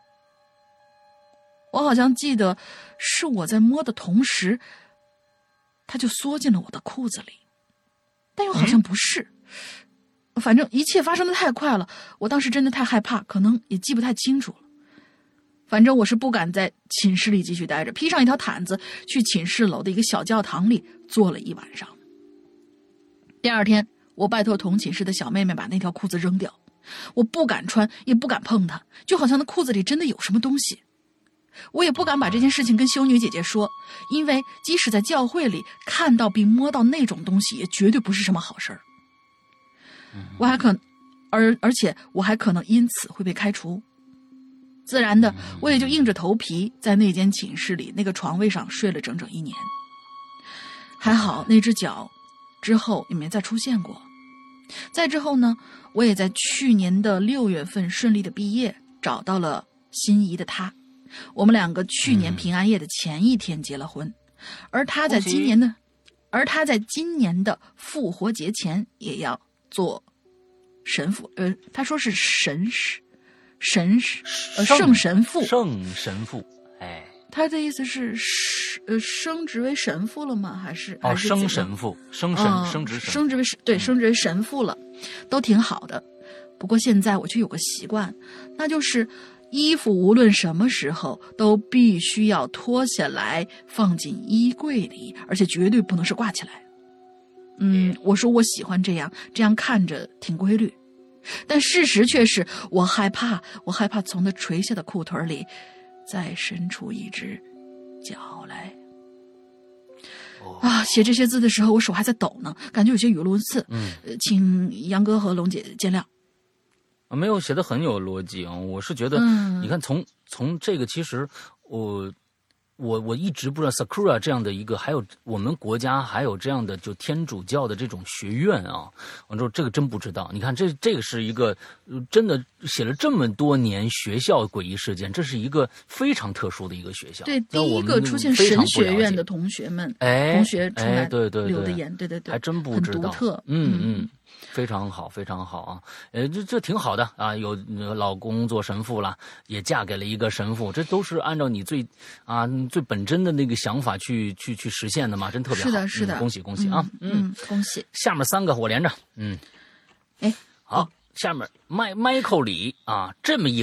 我好像记得是我在摸的同时，它就缩进了我的裤子里，但又好像不是。嗯、反正一切发生的太快了，我当时真的太害怕，可能也记不太清楚了。反正我是不敢在寝室里继续待着，披上一条毯子去寝室楼的一个小教堂里坐了一晚上。第二天，我拜托同寝室的小妹妹把那条裤子扔掉，我不敢穿，也不敢碰它，就好像那裤子里真的有什么东西。我也不敢把这件事情跟修女姐姐说，因为即使在教会里看到并摸到那种东西，也绝对不是什么好事儿。我还可，而而且我还可能因此会被开除。自然的，我也就硬着头皮在那间寝室里那个床位上睡了整整一年。还好那只脚之后也没再出现过。再之后呢，我也在去年的六月份顺利的毕业，找到了心仪的他。我们两个去年平安夜的前一天结了婚，而他在今年的，而他在今年的复活节前也要做神父。呃，他说是神使。神呃圣神父， 圣神父，哎， 他的意思是呃升职为神父了吗？还是哦升神父，升神、嗯、升职神父升职为对升职为神父了，都挺好的。不过现在我却有个习惯，那就是衣服无论什么时候都必须要脱下来放进衣柜里，而且绝对不能是挂起来。嗯，我说我喜欢这样，这样看着挺规律。但事实却是，我害怕，我害怕从那垂下的裤腿里再伸出一只脚来。哦、啊，写这些字的时候，我手还在抖呢，感觉有些语无伦次。嗯、呃，请杨哥和龙姐见谅。 啊，没有，写的很有逻辑啊！我是觉得，嗯、你看从从这个，其实我。我我一直不知道 Sakura 这样的一个，还有我们国家还有这样的就天主教的这种学院啊，我说这个真不知道。你看这这个是一个真的写了这么多年学校诡异事件，这是一个非常特殊的一个学校。 对，第一个出现神学院的同学们， 哎， 同学出来对对留的言，对对对， 还真不知道， 很独特。 嗯嗯。非常好，非常好啊！呃，这这挺好的啊，有老公做神父了，也嫁给了一个神父，这都是按照你最啊最本真的那个想法去去去实现的嘛，真特别好。 是的，是的， 嗯、恭喜恭喜啊！ 嗯，嗯恭喜。 下面三个我连着，嗯， 哎， 好，下面麦 Michael 李啊，这么一改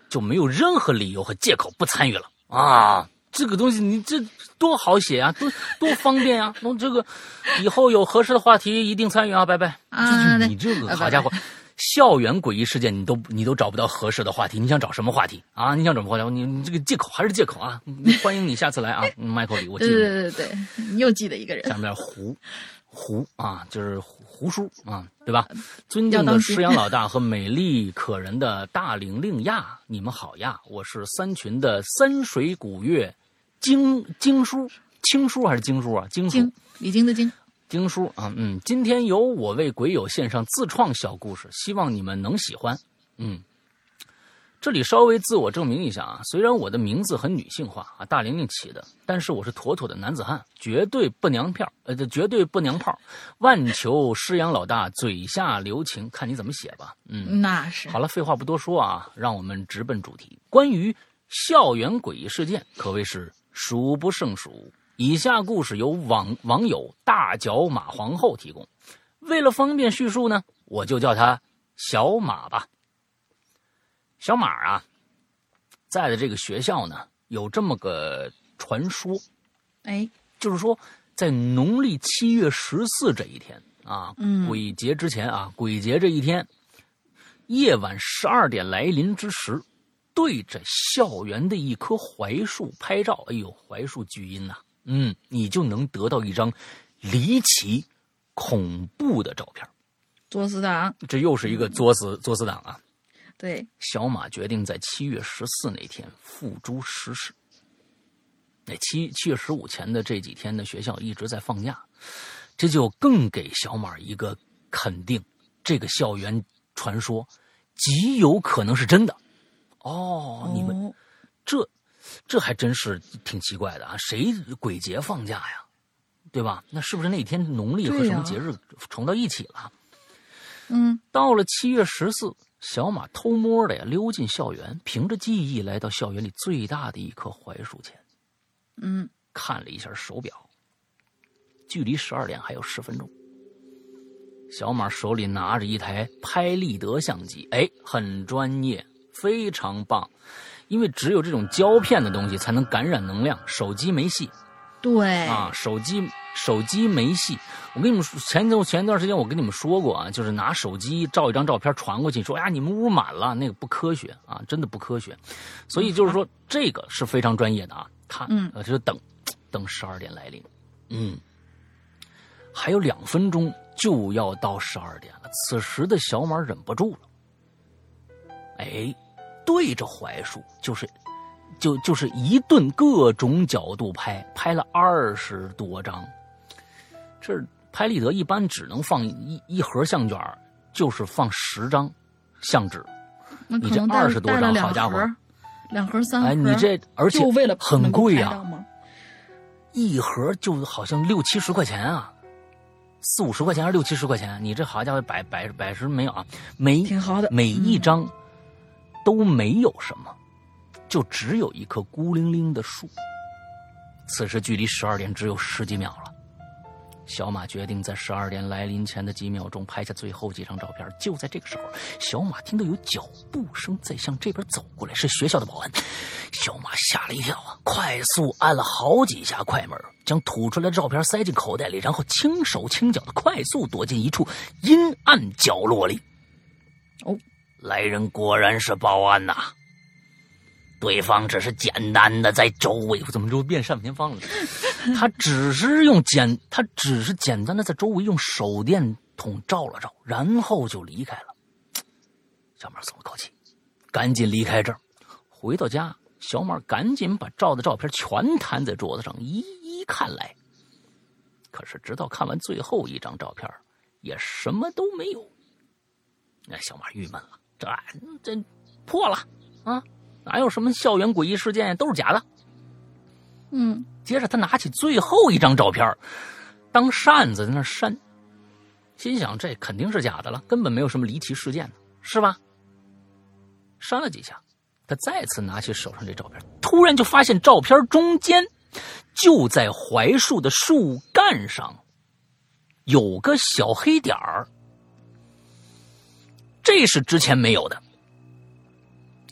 就没有任何理由和借口不参与了啊！这个东西你这多好写啊，多多方便啊！那这个以后有合适的话题一定参与啊！拜拜。 啊， 你这个好家伙，校园诡异事件你都你都找不到合适的话题，你想找什么话题啊？你想找什么话题？你你这个借口还是借口啊！欢迎你下次来啊，麦克里，我记得。 对对对对，你又记得一个人。 下面胡胡啊，就是胡叔啊，对吧？尊敬的师阳老大和美丽可人的大玲玲呀，你们好呀！我是三群的三水古月经经叔，青叔还是经叔啊？经叔， 李经的经。 经叔啊，嗯，今天由我为鬼友献上自创小故事，希望你们能喜欢。嗯，这里稍微自我证明一下啊，虽然我的名字很女性化啊，大玲玲起的，但是我是妥妥的男子汉，绝对不娘票，呃，绝对不娘炮。万求师阳老大嘴下留情，看你怎么写吧。嗯， 那是。 好了，废话不多说啊，让我们直奔主题。关于校园诡异事件，可谓是数不胜数。以下故事由网网友大脚马皇后提供，为了方便叙述呢，我就叫他小马吧。小马啊，在的这个学校呢，有这么个传说， 哎， 就是说，在农历七月十四这一天啊， 嗯， 鬼节之前啊，鬼节这一天，夜晚十二点来临之时，对着校园的一棵槐树拍照，哎呦，槐树巨阴呐、啊。嗯，你就能得到一张离奇、恐怖的照片。 作死党， 这又是一个作死作死党啊！ 对， 小马决定在七月十四那天付诸实施。那七七月十五前的这几天呢，学校一直在放假，这就更给小马一个肯定，这个校园传说极有可能是真的。哦，你们这。这还真是挺奇怪的啊！谁鬼节放假呀？对吧？那是不是那天农历和什么节日重到一起了？ 嗯， 到了七月十四，小马偷摸的呀溜进校园，凭着记忆来到校园里最大的一棵槐树前。 嗯， 看了一下手表，距离十二点还有十分钟。小马手里拿着一台拍立得相机，哎，很专业，非常棒。因为只有这种胶片的东西才能感染能量，手机没戏。 对啊，手机手机没戏。我跟你们说，前段前段时间我跟你们说过啊，就是拿手机照一张照片传过去，说呀你们屋满了，那个不科学啊，真的不科学。所以就是说，这个是非常专业的啊。他嗯， 呃，就是等等十二点来临，嗯，还有两分钟就要到十二点了。此时的小马忍不住了，哎。对着槐树，就是就就是一顿各种角度拍，拍了二十多张。这拍立得一般只能放一一盒相卷，就是放十张相纸。你这二十多张，好家伙， 两盒三盒， 哎，你这而且很贵啊，一盒就好像六七十块钱啊，四五十块钱还是六七十块钱？你这好家伙，百百百十没有啊？每挺好的， 每一张。嗯都没有什么，就只有一棵孤零零的树。此时距离十二点只有十几秒了，小马决定在十二点来临前的几秒钟拍下最后几张照片。就在这个时候，小马听到有脚步声在向这边走过来，是学校的保安。小马吓了一跳啊，快速按了好几下快门，将吐出来的照片塞进口袋里，然后轻手轻脚的快速躲进一处阴暗角落里。 哦。 来人果然是保安呐、啊，对方只是简单的在周围，我怎么就变单田芳了？他只是用简，他只是简单的在周围用手电筒照了照，然后就离开了。小马松了口气，赶紧离开这儿。回到家，小马赶紧把照的照片全摊在桌子上，一一看来。可是直到看完最后一张照片，也什么都没有。那小马郁闷了。这这破了啊！哪有什么校园诡异事件，都是假的。 嗯， 接着他拿起最后一张照片，当扇子在那扇，心想这肯定是假的了，根本没有什么离奇事件，是吧？扇了几下，他再次拿起手上这照片，突然就发现照片中间，就在槐树的树干上，有个小黑点儿。这是之前没有的。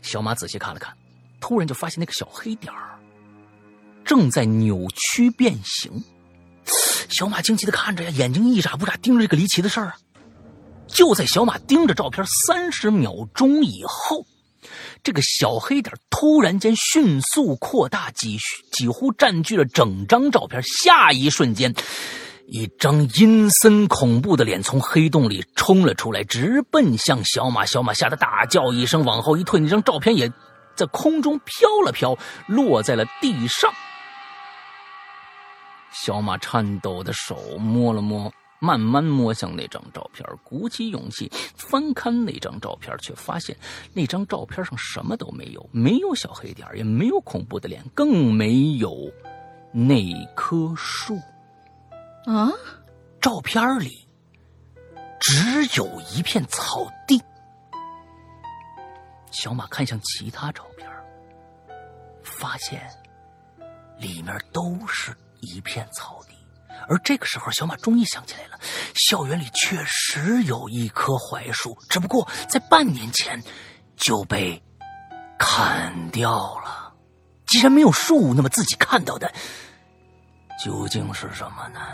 小马仔细看了看，突然就发现那个小黑点儿正在扭曲变形。小马惊奇地看着呀，眼睛一眨不眨盯着这个离奇的事儿啊。就在小马盯着照片三十秒钟以后，这个小黑点突然间迅速扩大，几几乎占据了整张照片。下一瞬间，一张阴森恐怖的脸从黑洞里冲了出来，直奔向小马。小马吓得大叫一声，往后一退，那张照片也在空中飘了飘，落在了地上。小马颤抖的手摸了摸，慢慢摸向那张照片，鼓起勇气翻看那张照片，却发现那张照片上什么都没有，没有小黑点，也没有恐怖的脸，更没有那棵树。 啊！ 照片里只有一片草地。小马看向其他照片，发现里面都是一片草地。而这个时候，小马终于想起来了，校园里确实有一棵槐树，只不过在半年前就被砍掉了。既然没有树，那么自己看到的究竟是什么呢？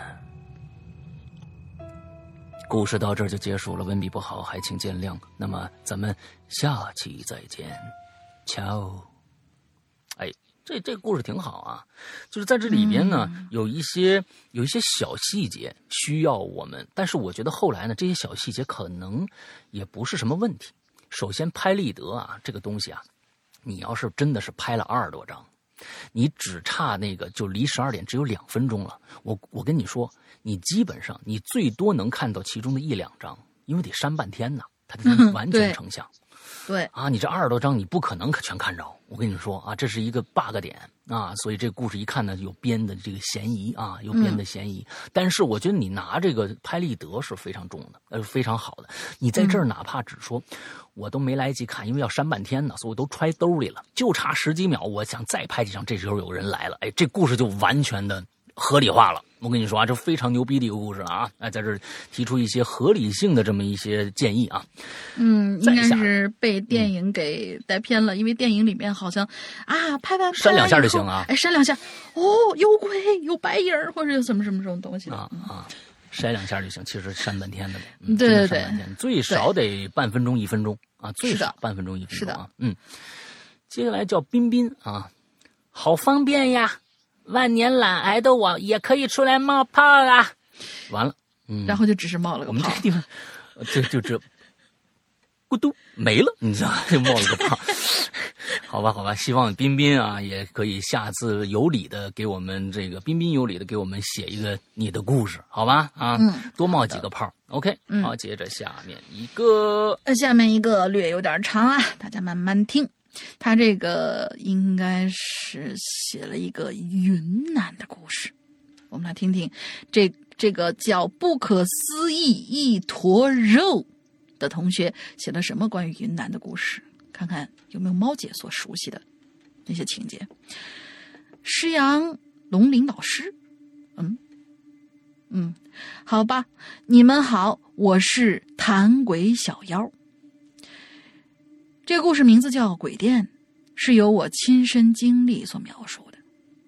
故事到这儿就结束了，文笔不好还请见谅。那么咱们下期再见，瞧。哎，这这个故事挺好啊，就是在这里边呢，嗯、有一些有一些小细节需要我们，但是我觉得后来呢，这些小细节可能也不是什么问题。首先，拍立得啊，这个东西啊，你要是真的是拍了二十多张，你只差那个就离十二点只有两分钟了。我我跟你说，你基本上你最多能看到其中的一两张，因为得删半天呢，它才能完全成像。 嗯、对, 对啊，你这二十多张你不可能全看着。我跟你说啊，这是一个 bug 点啊，所以这个故事一看呢有编的这个嫌疑啊，有编的嫌疑。嗯、但是我觉得你拿这个拍立得是非常重的，呃，非常好的。你在这儿哪怕只说。嗯我都没来得及看，因为要删半天呢，所以我都揣兜里了，就差十几秒，我想再拍几张，这时候有人来了，哎，这故事就完全的合理化了。我跟你说啊，这非常牛逼的一个故事啊！哎，在这儿提出一些合理性的这么一些建议啊。 嗯，应该是被电影给带偏了，嗯、因为电影里面好像啊，拍完删两下就行啊， 哎，删两下，哦，有鬼，有白影或者有什么什么这种东西的啊啊。筛两下就行，其实删半天的， 嗯、对对对， 最少得半分钟一分钟啊，最少半分钟一分钟啊，嗯。接下来叫彬彬啊，好方便呀，万年懒癌的我也可以出来冒泡啦。完了，嗯， 然后就只是冒了个泡， 我们这个地方就就这咕嘟没了，你知道吗？就冒了个泡。好吧，好吧，希望彬彬啊也可以下次有理的给我们这个彬彬有理的给我们写一个你的故事，好吧？啊， 嗯， 多冒几个泡 ，OK，嗯，好，接着下面一个， 呃，下面一个略有点长啊，大家慢慢听。他这个应该是写了一个云南的故事，我们来听听这这个叫不可思议一坨肉的同学写了什么关于云南的故事。看看有没有猫姐所熟悉的那些情节。施阳龙鳞老师，嗯嗯，好吧，你们好，我是谭鬼小妖。这个故事名字叫《鬼店》，是由我亲身经历所描述的。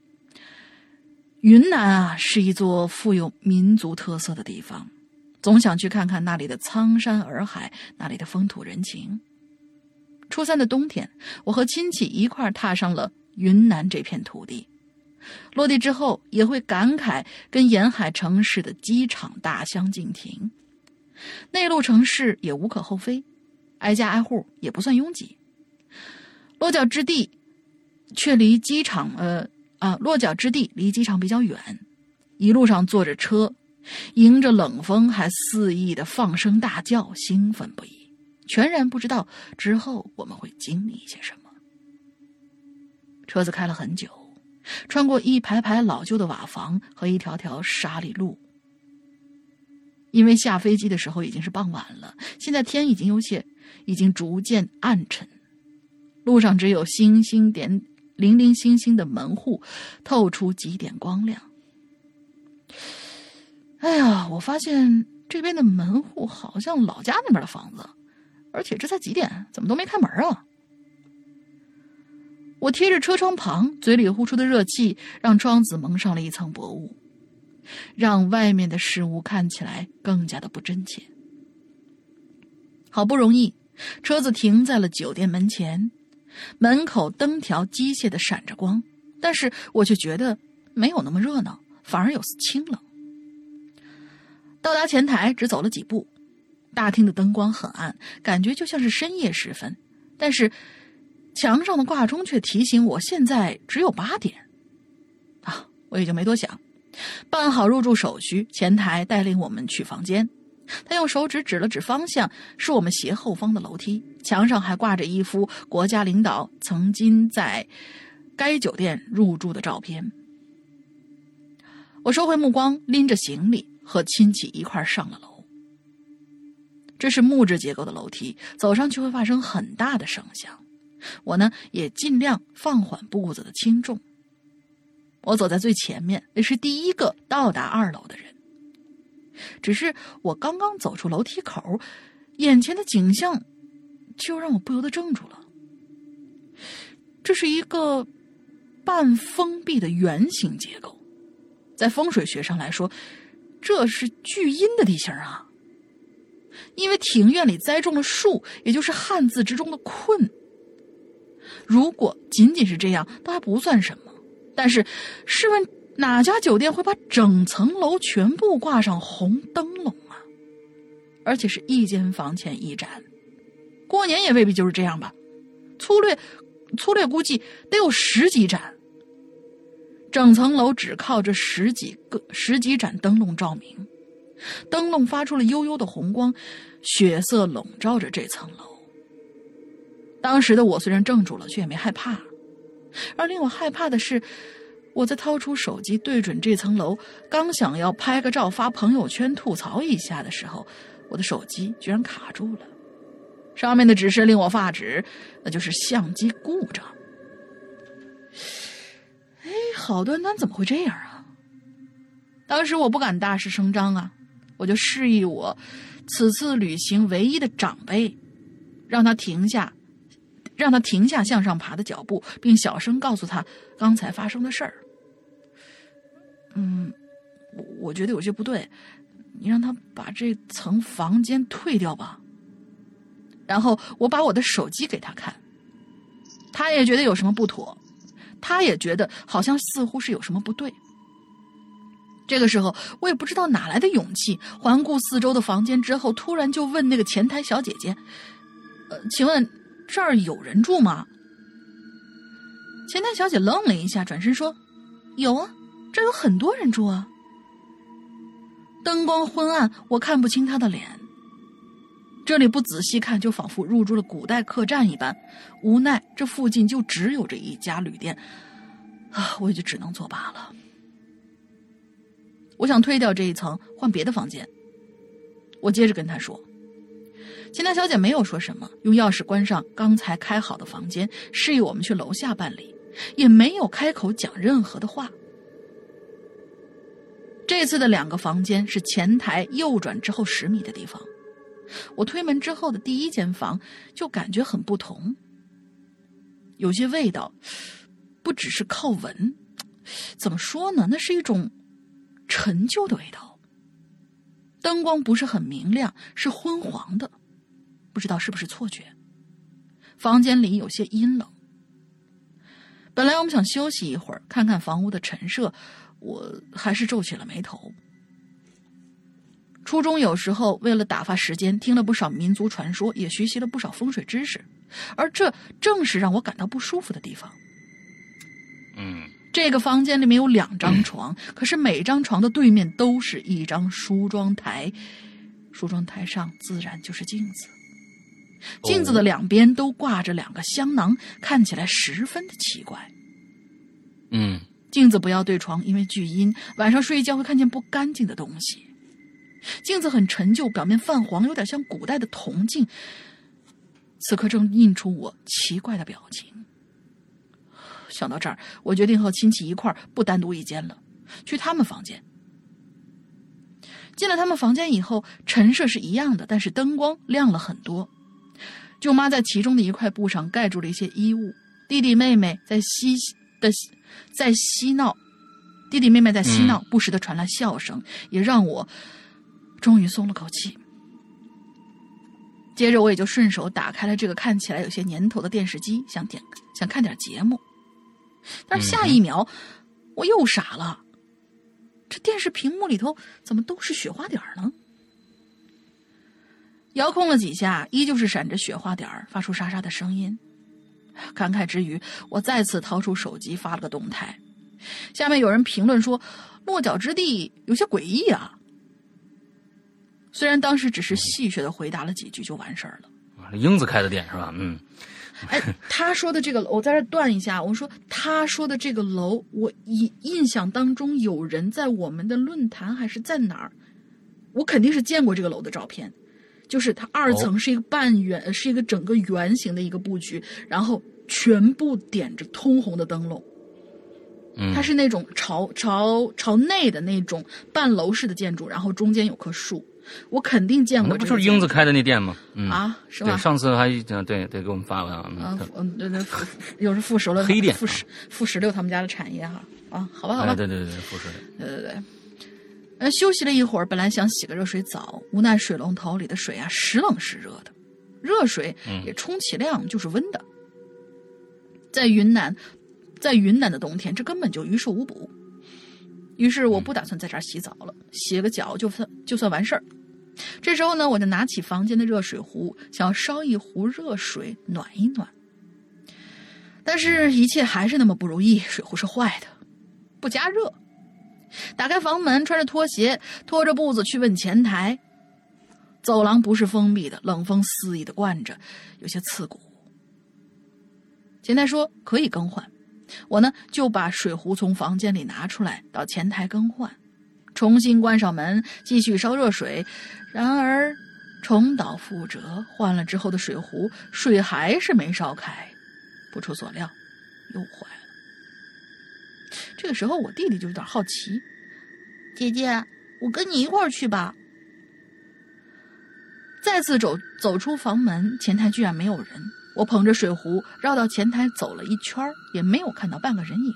云南啊，是一座富有民族特色的地方，总想去看看那里的苍山洱海，那里的风土人情。初三的冬天，我和亲戚一块踏上了云南这片土地。落地之后，也会感慨跟沿海城市的机场大相径庭。内陆城市也无可厚非，挨家挨户也不算拥挤。落脚之地却离机场呃啊，落脚之地离机场比较远。一路上坐着车，迎着冷风，还肆意的放声大叫，兴奋不已。全然不知道之后我们会经历一些什么。车子开了很久，穿过一排排老旧的瓦房和一条条沙砾路。因为下飞机的时候已经是傍晚了，现在天已经有些已经逐渐暗沉，路上只有星星点零零星星的门户透出几点光亮。哎呀，我发现这边的门户好像老家那边的房子，而且这才几点，怎么都没开门啊？ 我贴着车窗旁，嘴里呼出的热气让窗子蒙上了一层薄雾，让外面的事物看起来更加的不真切。好不容易，车子停在了酒店门前，门口灯条机械地闪着光，但是我却觉得没有那么热闹，反而有丝清冷。到达前台只走了几步，大厅的灯光很暗，感觉就像是深夜时分，但是墙上的挂钟却提醒我现在只有八点。啊，我也就没多想，办好入住手续，前台带领我们去房间。他用手指指了指方向，是我们斜后方的楼梯，墙上还挂着一幅国家领导曾经在该酒店入住的照片。我收回目光，拎着行李和亲戚一块上了楼。这是木质结构的楼梯，走上去会发生很大的声响。我呢，也尽量放缓步子的轻重。我走在最前面，也是第一个到达二楼的人。只是我刚刚走出楼梯口，眼前的景象就让我不由得怔住了。这是一个半封闭的圆形结构，在风水学上来说，这是巨阴的地形啊。因为庭院里栽种了树，也就是汉字之中的困。如果仅仅是这样，倒还不算什么。但是，试问哪家酒店会把整层楼全部挂上红灯笼啊？而且是一间房前一盏，过年也未必就是这样吧？粗略粗略估计得有十几盏。整层楼只靠着十几个十几盏灯笼照明，灯笼发出了幽幽的红光，血色笼罩着这层楼。当时的我虽然怔住了，却也没害怕。而令我害怕的是，我在掏出手机对准这层楼，刚想要拍个照发朋友圈吐槽一下的时候，我的手机居然卡住了。上面的指示令我发指，那就是相机故障。哎，好端端怎么会这样啊？当时我不敢大肆声张啊，我就示意我此次旅行唯一的长辈，让他停下让他停下向上爬的脚步，并小声告诉他刚才发生的事儿。嗯，我我觉得有些不对，你让他把这层房间退掉吧。然后我把我的手机给他看，他也觉得有什么不妥，他也觉得好像似乎是有什么不对。这个时候我也不知道哪来的勇气，环顾四周的房间之后，突然就问那个前台小姐姐，呃，请问这儿有人住吗？前台小姐愣了一下，转身说，有啊，这儿有很多人住啊。灯光昏暗，我看不清她的脸，这里不仔细看就仿佛入住了古代客栈一般，无奈这附近就只有这一家旅店啊，我也就只能作罢了。我想退掉这一层，换别的房间。我接着跟她说，前台小姐没有说什么，用钥匙关上刚才开好的房间，示意我们去楼下办理，也没有开口讲任何的话。这次的两个房间是前台右转之后十米的地方，我推门之后的第一间房就感觉很不同，有些味道不只是靠闻，怎么说呢，那是一种陈旧的味道。灯光不是很明亮，是昏黄的，不知道是不是错觉。房间里有些阴冷。本来我们想休息一会儿，看看房屋的陈设，我还是皱起了眉头。初中有时候为了打发时间，听了不少民族传说，也学习了不少风水知识，而这正是让我感到不舒服的地方。 嗯， 这个房间里面有两张床，可是每张床的对面都是一张梳妆台，梳妆台上自然就是镜子，镜子的两边都挂着两个香囊，看起来十分的奇怪。 嗯， 镜子不要对床，因为巨阴，晚上睡觉会看见不干净的东西。镜子很陈旧，表面泛黄，有点像古代的铜镜，此刻正映出我奇怪的表情。想到这儿，我决定和亲戚一块儿不单独一间了，去他们房间。进了他们房间以后，陈设是一样的，但是灯光亮了很多。舅妈在其中的一块布上盖住了一些衣物， 弟弟妹妹在嬉的在嬉闹，弟弟妹妹在嬉闹， 嗯、 不时的传来笑声，也让我终于松了口气。接着我也就顺手打开了这个看起来有些年头的电视机，想点想看点节目。但是下一秒、嗯、我又傻了，这电视屏幕里头怎么都是雪花点呢？遥控了几下，依旧是闪着雪花点，发出沙沙的声音。感慨之余，我再次掏出手机发了个动态，下面有人评论说落脚之地有些诡异啊。虽然当时只是戏谑的回答了几句就完事儿了。 英子开的店是吧？嗯。 哎，他说的这个，我在这断一下，我说他说的这个楼，我印印象当中有人在我们的论坛还是在哪儿，我肯定是见过这个楼的照片，就是它二层是一个半圆，哦、是一个整个圆形的一个布局，然后全部点着通红的灯笼。 嗯， 它是那种朝朝朝内的那种半楼式的建筑，然后中间有棵树。我肯定见过， 那不就是英子开的那店吗？嗯、 啊，是吧？ 对，上次还对对给我们发了啊，嗯，对对，又是负十六黑店， 负十负十六他们家的产业哈啊，好吧好吧， 哎、对对对，负十六， 对对对。呃，休息了一会儿，本来想洗个热水澡，无奈水龙头里的水啊时冷时热的，热水也充其量就是温的。在云南，在云南的冬天，这根本就于事无补。于是我不打算在这儿洗澡了，洗个脚就算就算完事儿。这时候呢，我就拿起房间的热水壶，想要烧一壶热水暖一暖。但是，一切还是那么不如意，水壶是坏的，不加热。打开房门，穿着拖鞋，拖着步子去问前台。走廊不是封闭的，冷风肆意的灌着，有些刺骨。前台说可以更换。我呢就把水壶从房间里拿出来，到前台更换，重新关上门，继续烧热水。然而重蹈覆辙，换了之后的水壶水还是没烧开，不出所料又坏了。这个时候我弟弟就有点好奇，姐姐，我跟你一块儿去吧。再次走走出房门，前台居然没有人。我捧着水壶绕到前台走了一圈，也没有看到半个人影。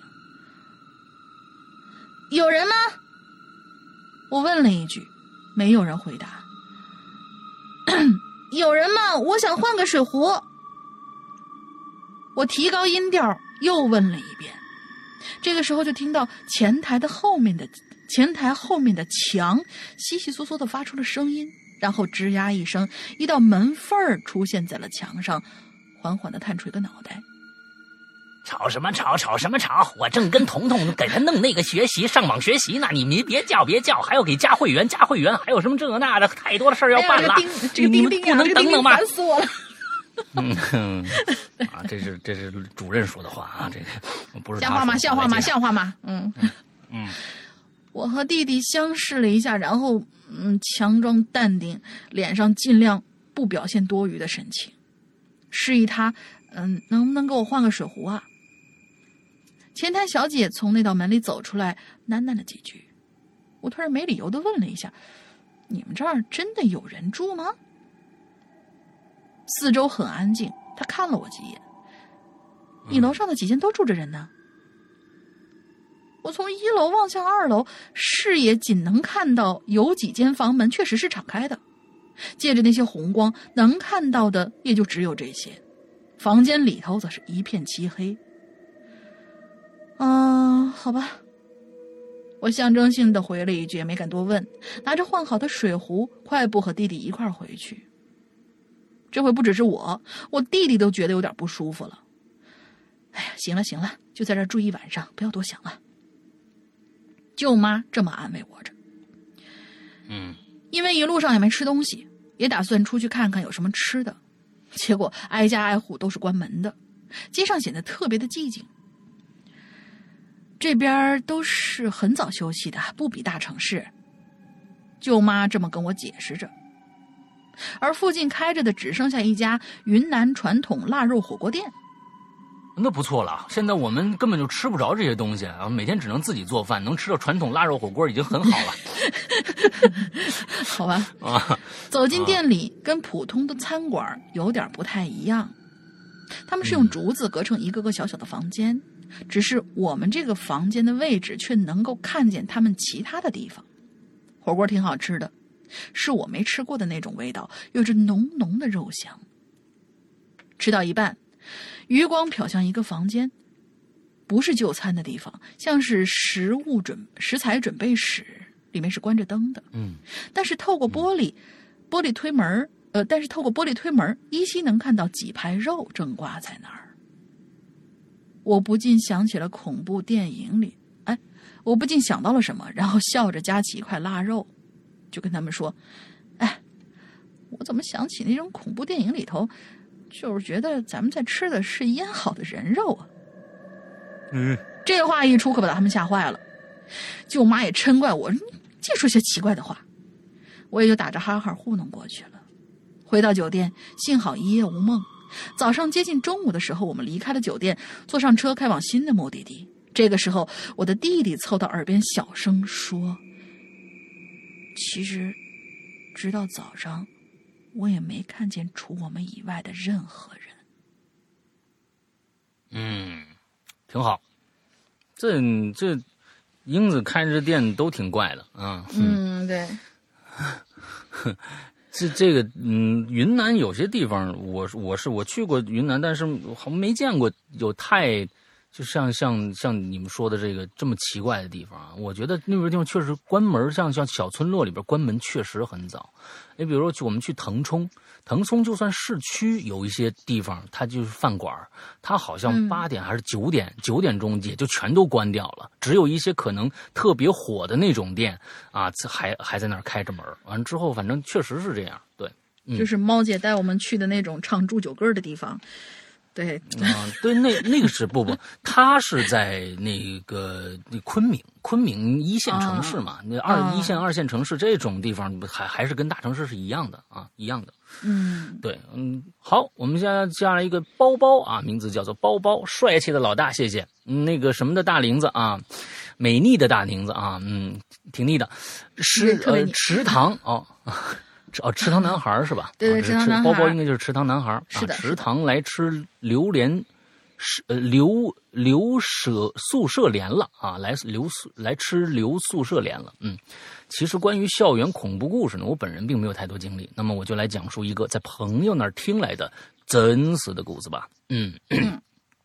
有人吗？我问了一句，没有人回答。有人吗？我想换个水壶。我提高音调又问了一遍。这个时候就听到前台的后面的前台后面的墙稀稀嗦嗦的发出了声音，然后吱呀一声，一道门缝儿出现在了墙上，缓缓地探出一个脑袋。 吵什么吵，吵什么吵！我正跟彤彤给他弄那个学习，上网学习呢。你们别叫别叫，还要给加会员，加会员，还有什么这那的，太多的事儿要办了。 哎、这个钉钉、啊、 你们不能等等吗？ 烦死我了。 嗯啊，这是这是主任说的话啊，这个不是像话吗？像话吗？像话吗？嗯嗯， 我和弟弟相视了一下，然后嗯，强装淡定，脸上尽量不表现多余的神情，示意他嗯，能不能给我换个水壶啊？前台小姐从那道门里走出来，喃喃了几句。我突然没理由地问了一下：“你们这儿真的有人住吗？”四周很安静，他看了我几眼。你楼上的几间都住着人呢。我从一楼望向二楼，视野仅能看到有几间房门确实是敞开的，借着那些红光，能看到的也就只有这些。房间里头则是一片漆黑。啊，好吧，我象征性的回了一句，也没敢多问，拿着换好的水壶，快步和弟弟一块儿回去。这回不只是我，我弟弟都觉得有点不舒服了。哎呀，行了行了，就在这儿住一晚上，不要多想了。舅妈这么安慰我着。 嗯， 因为一路上也没吃东西，也打算出去看看有什么吃的，结果挨家挨户都是关门的，街上显得特别的寂静。这边都是很早休息的，不比大城市。舅妈这么跟我解释着。而附近开着的只剩下一家云南传统腊肉火锅店。 那不错了，现在我们根本就吃不着这些东西啊，每天只能自己做饭，能吃到传统腊肉火锅已经很好了。 好吧， 啊， 走进店里、啊、跟普通的餐馆有点不太一样。 他们是用竹子隔成一个个小小的房间，只是我们这个房间的位置却能够看见他们其他的地方。火锅挺好吃的，是我没吃过的那种味道，有着浓浓的肉香。吃到一半，余光瞟向一个房间，不是就餐的地方，像是食物准食材准备室，里面是关着灯的。 嗯， 但是透过玻璃，玻璃推门，呃，但是透过玻璃推门，依稀能看到几排肉正挂在那儿。我不禁想起了恐怖电影里，哎，我不禁想到了什么，然后笑着夹起一块腊肉，就跟他们说：“哎，我怎么想起那种恐怖电影里头？”就是觉得咱们在吃的是腌好的人肉啊！ 嗯， 这话一出可把他们吓坏了。舅妈也嗔怪我，净说些奇怪的话，我也就打着哈哈糊弄过去了。回到酒店，幸好一夜无梦。早上接近中午的时候，我们离开了酒店，坐上车开往新的目的地。这个时候，我的弟弟凑到耳边小声说：“其实，直到早上。”我也没看见除我们以外的任何人。 嗯，挺好。这这英子开着店都挺怪的啊。 嗯，嗯对。 这这个嗯，云南有些地方，我我是我去过云南，但是好像没见过有太就像像像你们说的这个这么奇怪的地方啊。我觉得那边地方确实关门，像像小村落里边关门确实很早。你比如说，去我们去腾冲，腾冲就算市区有一些地方，它就是饭馆，它好像八点还是九点，九、嗯、点钟也就全都关掉了，只有一些可能特别火的那种店啊，还还在那儿开着门。完了之后，反正确实是这样，对， 嗯、就是猫姐带我们去的那种唱祝酒歌的地方。对啊，对，那那个是不不，他是在那个那昆明，昆明一线城市嘛，啊、那二、啊、一线、二线城市这种地方，还还是跟大城市是一样的啊，一样的。 嗯， 对，嗯，好，我们现在加了一个包包啊，名字叫做包包，帅气的老大，谢谢。嗯，那个什么的大玲子啊，美丽的大玲子啊，嗯，挺腻的，是呃池塘哦。哦，池塘男孩是吧？ 对对， 池塘男孩。 包包应该就是池塘男孩。 是的， 啊、池塘来吃榴莲，是呃榴榴舍宿舍莲了啊！来留宿来吃留宿舍莲了。嗯，其实关于校园恐怖故事呢，我本人并没有太多经历。那么我就来讲述一个在朋友那儿听来的真实的故事吧。嗯嗯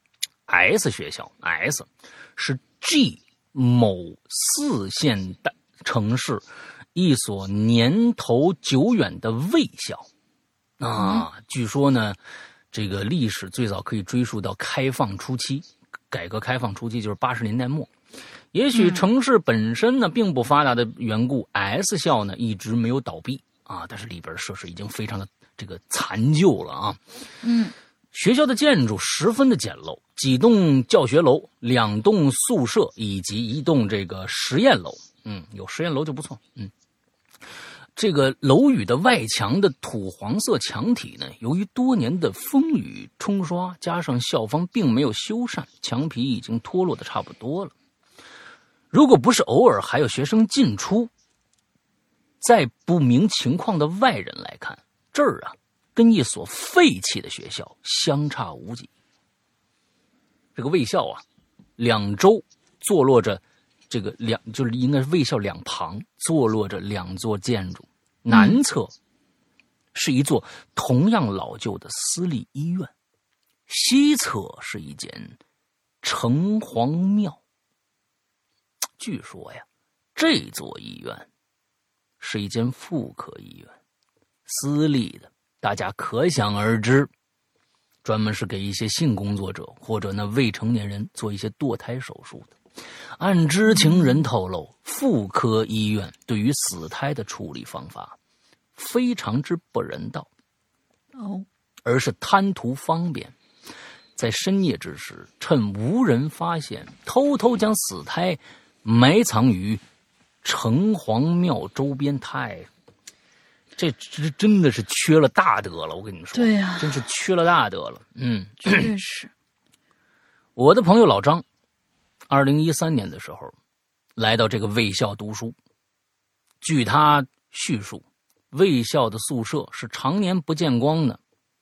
，S 学校 S 是 G 某四线的城市。一所年头久远的卫校啊，嗯、据说呢，这个历史最早可以追溯到开放初期，改革开放初期就是八十年代末。也许城市本身呢并不发达的缘故、嗯、，S 校呢一直没有倒闭啊，但是里边设施已经非常的这个残旧了啊。 嗯， 学校的建筑十分的简陋，几栋教学楼、两栋宿舍以及一栋这个实验楼。嗯，有实验楼就不错。嗯。这个楼宇的外墙的土黄色墙体呢，由于多年的风雨冲刷，加上校方并没有修缮，墙皮已经脱落的差不多了。如果不是偶尔还有学生进出，在不明情况的外人来看，这儿啊，跟一所废弃的学校相差无几。这个卫校啊，两周坐落着。这个两就是应该是卫校两旁坐落着两座建筑，南侧是一座同样老旧的私立医院，西侧是一间城隍庙。据说呀，这座医院是一间妇科医院，私立的，大家可想而知，专门是给一些性工作者或者呢未成年人做一些堕胎手术的。按知情人透露，妇科医院对于死胎的处理方法非常之不人道， 哦， 而是贪图方便，在深夜之时，趁无人发现，偷偷将死胎埋藏于城隍庙周边。太，这这真的是缺了大德了，我跟你们说， 对呀、啊， 真是缺了大德了。嗯， 绝对是。 我的朋友老张。二零一三年的时候，来到这个卫校读书。据他叙述，卫校的宿舍是常年不见光的，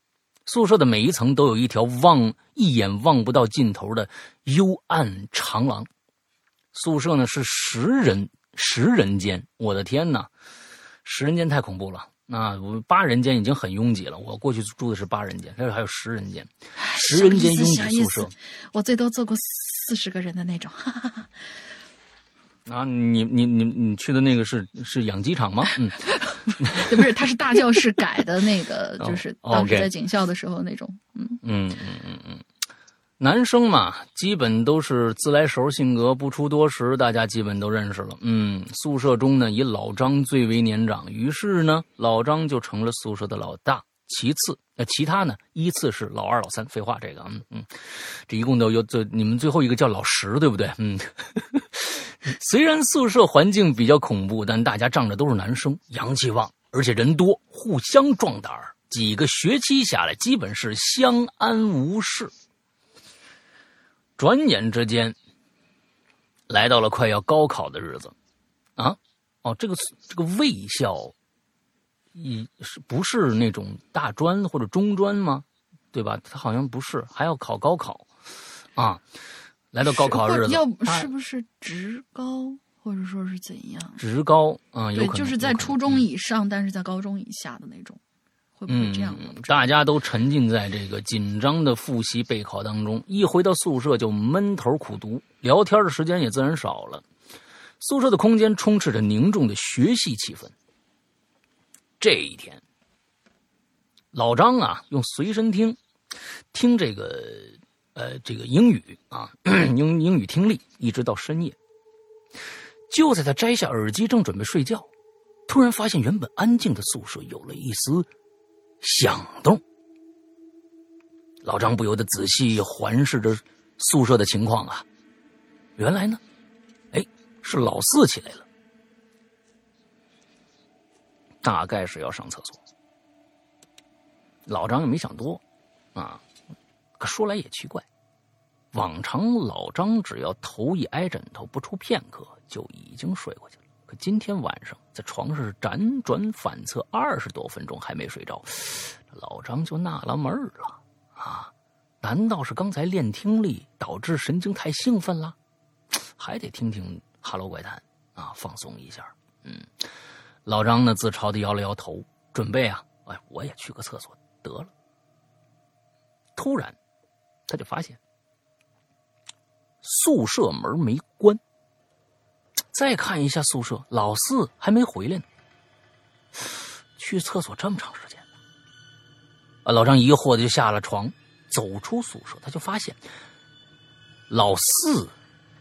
宿舍的每一层都有一条望一眼望不到尽头的幽暗长廊。宿舍呢是十人十人间，我的天哪，十人间太恐怖了。那我八人间已经很拥挤了，我过去住的是八人间，这还有十人间，十人间拥挤宿舍。 我最多做过四十个人的那种。哈哈哈。 啊，你你你你去的那个是是养鸡场吗？嗯， 不是，它是大教室改的那个， 哦就是当时在警校的时候那种。嗯嗯嗯嗯嗯。男生嘛，基本都是自来熟性格，不出多时，大家基本都认识了。嗯，宿舍中呢，以老张最为年长，于是呢，老张就成了宿舍的老大。其次，呃，其他呢，依次是老二、老三。废话，这个，嗯嗯，这一共都有，这你们最后一个叫老十，对不对？嗯。虽然宿舍环境比较恐怖，但大家仗着都是男生，阳气旺，而且人多，互相壮胆儿。几个学期下来，基本是相安无事。转眼之间，来到了快要高考的日子，啊，哦，这个这个卫校，一是不是那种大专或者中专吗？对吧？他好像不是，还要考高考，啊，来到高考日子， 要是不是职高，或者说是怎样？ 职高，啊、嗯，有可能， 对，就是在初中以上，嗯、但是在高中以下的那种。会不会这样？ 嗯，大家都沉浸在这个紧张的复习备考当中，一回到宿舍就闷头苦读，聊天的时间也自然少了。宿舍的空间充斥着凝重的学习气氛。这一天，老张啊，用随身听听这个呃这个英语啊英英语听力，一直到深夜。就在他摘下耳机正准备睡觉，突然发现原本安静的宿舍有了一丝响动。老张不由得仔细环视着宿舍的情况啊，原来呢，哎，是老四起来了，大概是要上厕所。老张也没想多啊，可说来也奇怪，往常老张只要头一挨枕头，不出片刻就已经睡过去了。可今天晚上在床上是辗转反侧二十多分钟还没睡着，老张就纳了闷了啊，难道是刚才练听力导致神经太兴奋了？还得听听哈喽怪谈啊，放松一下。嗯，老张呢自嘲地摇了摇头，准备啊，哎，我也去个厕所得了。突然，他就发现宿舍门没关。再看一下宿舍，老四还没回来呢。去厕所这么长时间啊！老张疑惑的就下了床，走出宿舍，他就发现老四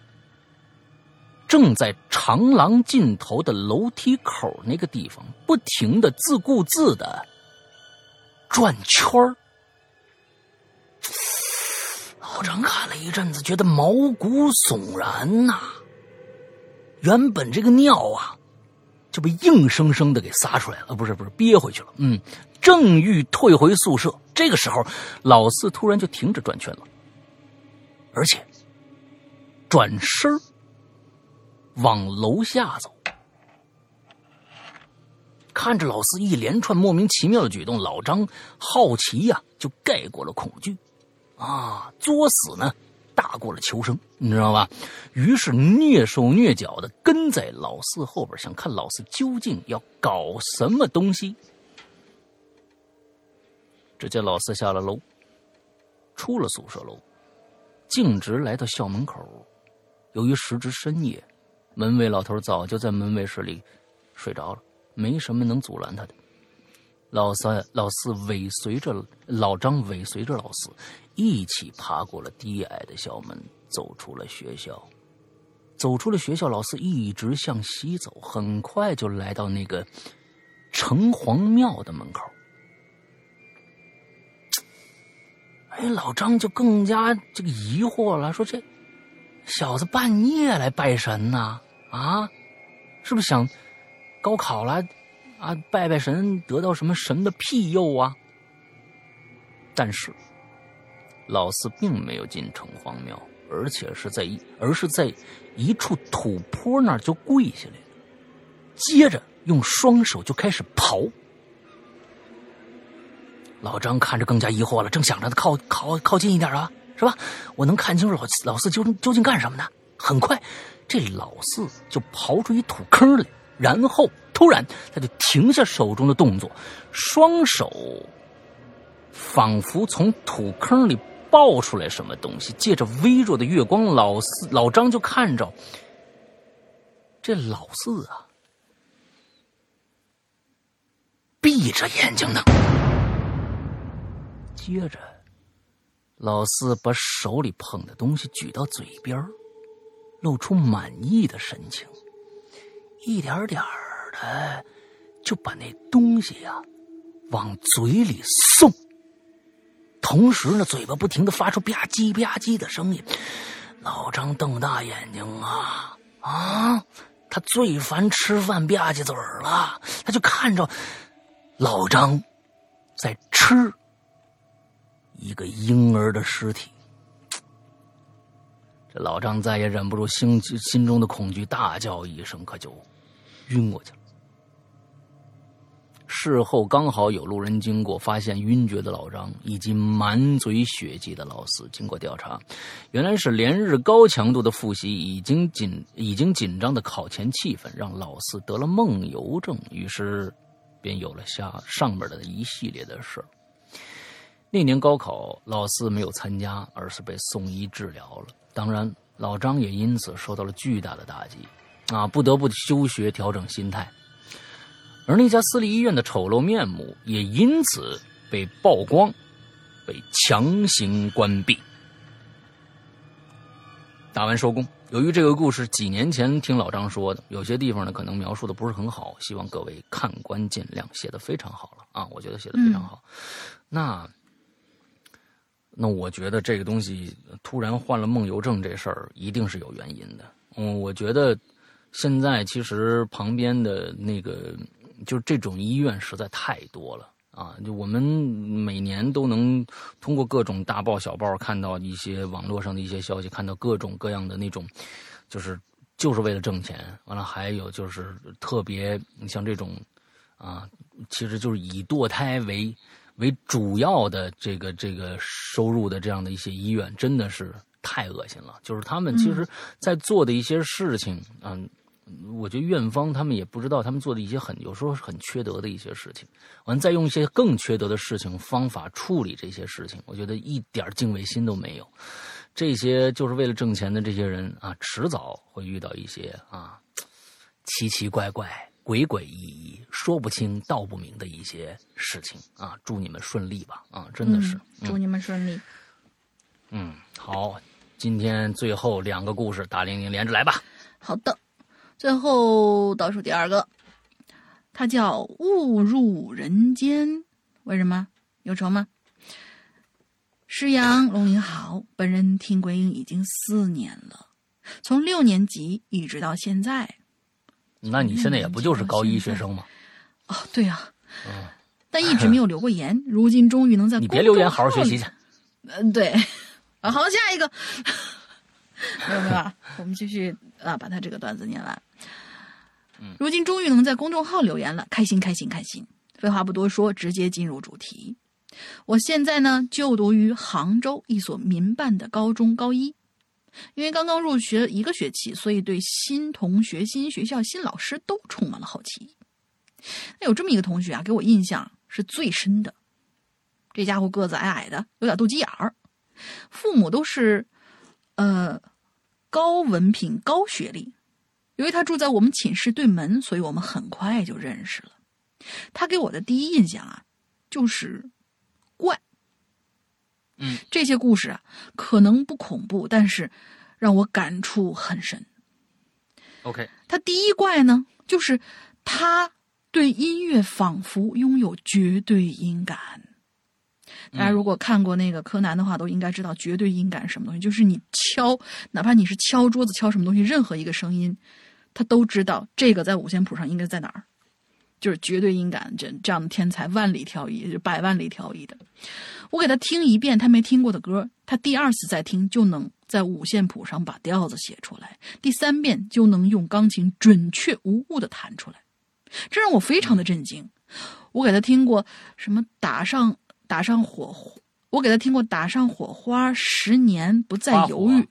正在长廊尽头的楼梯口那个地方，不停的自顾自的转圈儿。老张看了一阵子，觉得毛骨悚然呐、啊。原本这个尿啊，就被硬生生的给撒出来了，不是不是憋回去了。嗯，正欲退回宿舍，这个时候老四突然就停止转圈了，而且转身往楼下走。看着老四一连串莫名其妙的举动，老张好奇呀、啊，就盖过了恐惧啊，作死呢大过了求生，你知道吧？于是蹑手蹑脚的跟在老四后边，想看老四究竟要搞什么东西。只见老四下了楼，出了宿舍楼，径直来到校门口。由于时值深夜，门卫老头早就在门卫室里睡着了，没什么能阻拦他的。老三、老四尾随着老张，尾随着老四，一起爬过了低矮的校门，走出了学校。走出了学校，老四一直向西走，很快就来到那个城隍庙的门口。哎，老张就更加这个疑惑了，说这小子半夜来拜神呐、啊？啊，是不是想高考了？啊，拜拜神得到什么神的庇佑啊？但是老四并没有进城隍庙，而且是在一，而是在一处土坡那儿就跪下来了，接着用双手就开始刨。 老张看着更加疑惑了，正想着靠靠靠近一点啊，是吧？我能看清楚老老四究竟究竟干什么呢？很快，这老四就刨出一土坑来，然后突然他就停下手中的动作，双手仿佛从土坑里爆出来什么东西，借着微弱的月光，老四老张就看着这老四啊，闭着眼睛呢。接着，老四把手里捧的东西举到嘴边，露出满意的神情，一点点的就把那东西呀、啊、往嘴里送。同时呢，嘴巴不停地发出吧唧吧唧的声音。老张瞪大眼睛啊啊！他最烦吃饭吧唧嘴儿了，他就看着老张在吃一个婴儿的尸体。这老张再也忍不住心心中的恐惧，大叫一声，可就晕过去了。事后刚好有路人经过，发现晕厥的老张以及满嘴血迹的老四。经过调查，原来是连日高强度的复习已经紧已经紧张的考前气氛，让老四得了梦游症，于是便有了下上面的一系列的事。那年高考，老四没有参加，而是被送医治疗了。当然，老张也因此受到了巨大的打击，啊，不得不休学调整心态。而那家私立医院的丑陋面目也因此被曝光，被强行关闭。打完收工。由于这个故事几年前听老张说的，有些地方呢可能描述的不是很好，希望各位看官见谅。写的非常好了啊，我觉得写的非常好。嗯、那那我觉得这个东西突然患了梦游症这事儿一定是有原因的。嗯，我觉得现在其实旁边的那个。就是这种医院实在太多了啊！就我们每年都能通过各种大报小报看到一些网络上的一些消息，看到各种各样的那种，就是就是为了挣钱。完了，还有就是特别像这种啊，其实就是以堕胎为为主要的这个这个收入的这样的一些医院，真的是太恶心了。就是他们其实在做的一些事情，嗯。嗯我觉得院方他们也不知道他们做的一些很有时候很缺德的一些事情，完再用一些更缺德的事情方法处理这些事情，我觉得一点敬畏心都没有。这些就是为了挣钱的这些人啊，迟早会遇到一些啊奇奇怪怪、鬼鬼异异、说不清道不明的一些事情啊。祝你们顺利吧啊，真的是、 嗯、祝你们顺利。 嗯，好，今天最后两个故事，大玲玲连着来吧。 好的。最后倒数第二个，它叫误入人间。为什么？有仇吗？施阳龙您好，本人听鬼影已经四年了，从六年级一直到现在。 那你现在也不就是高一学生吗？ 哦，对呀、啊嗯，但一直没有留过言，如今终于能在公众号里。 你别留言，好好学习去。 嗯、呃，对。啊，好，下一个。没有没有，我们继续啊，把他这个段子念完。如今终于能在公众号留言了，开心开心开心！废话不多说，直接进入主题。我现在呢就读于杭州一所民办的高中高一，因为刚刚入学一个学期，所以对新同学、新学校、新老师都充满了好奇。那有这么一个同学啊，给我印象是最深的。这家伙个子矮矮的，有点肚脐眼儿，父母都是。呃，高文凭、高学历。由于他住在我们寝室对门，所以我们很快就认识了。他给我的第一印象啊，就是怪。 嗯， 这些故事啊，可能不恐怖，但是让我感触很深。 OK， 他第一怪呢，就是他对音乐仿佛拥有绝对音感。大家如果看过那个柯南的话，都应该知道绝对音感是什么东西，就是你敲，哪怕你是敲桌子敲什么东西，任何一个声音他都知道这个在五线谱上应该在哪儿，就是绝对音感。这这样的天才万里挑一，百万里挑一的。我给他听一遍他没听过的歌，他第二次再听就能在五线谱上把调子写出来，第三遍就能用钢琴准确无误地弹出来，这让我非常的震惊。我给他听过什么打上打上火，我给他听过打上火花，十年不再犹豫。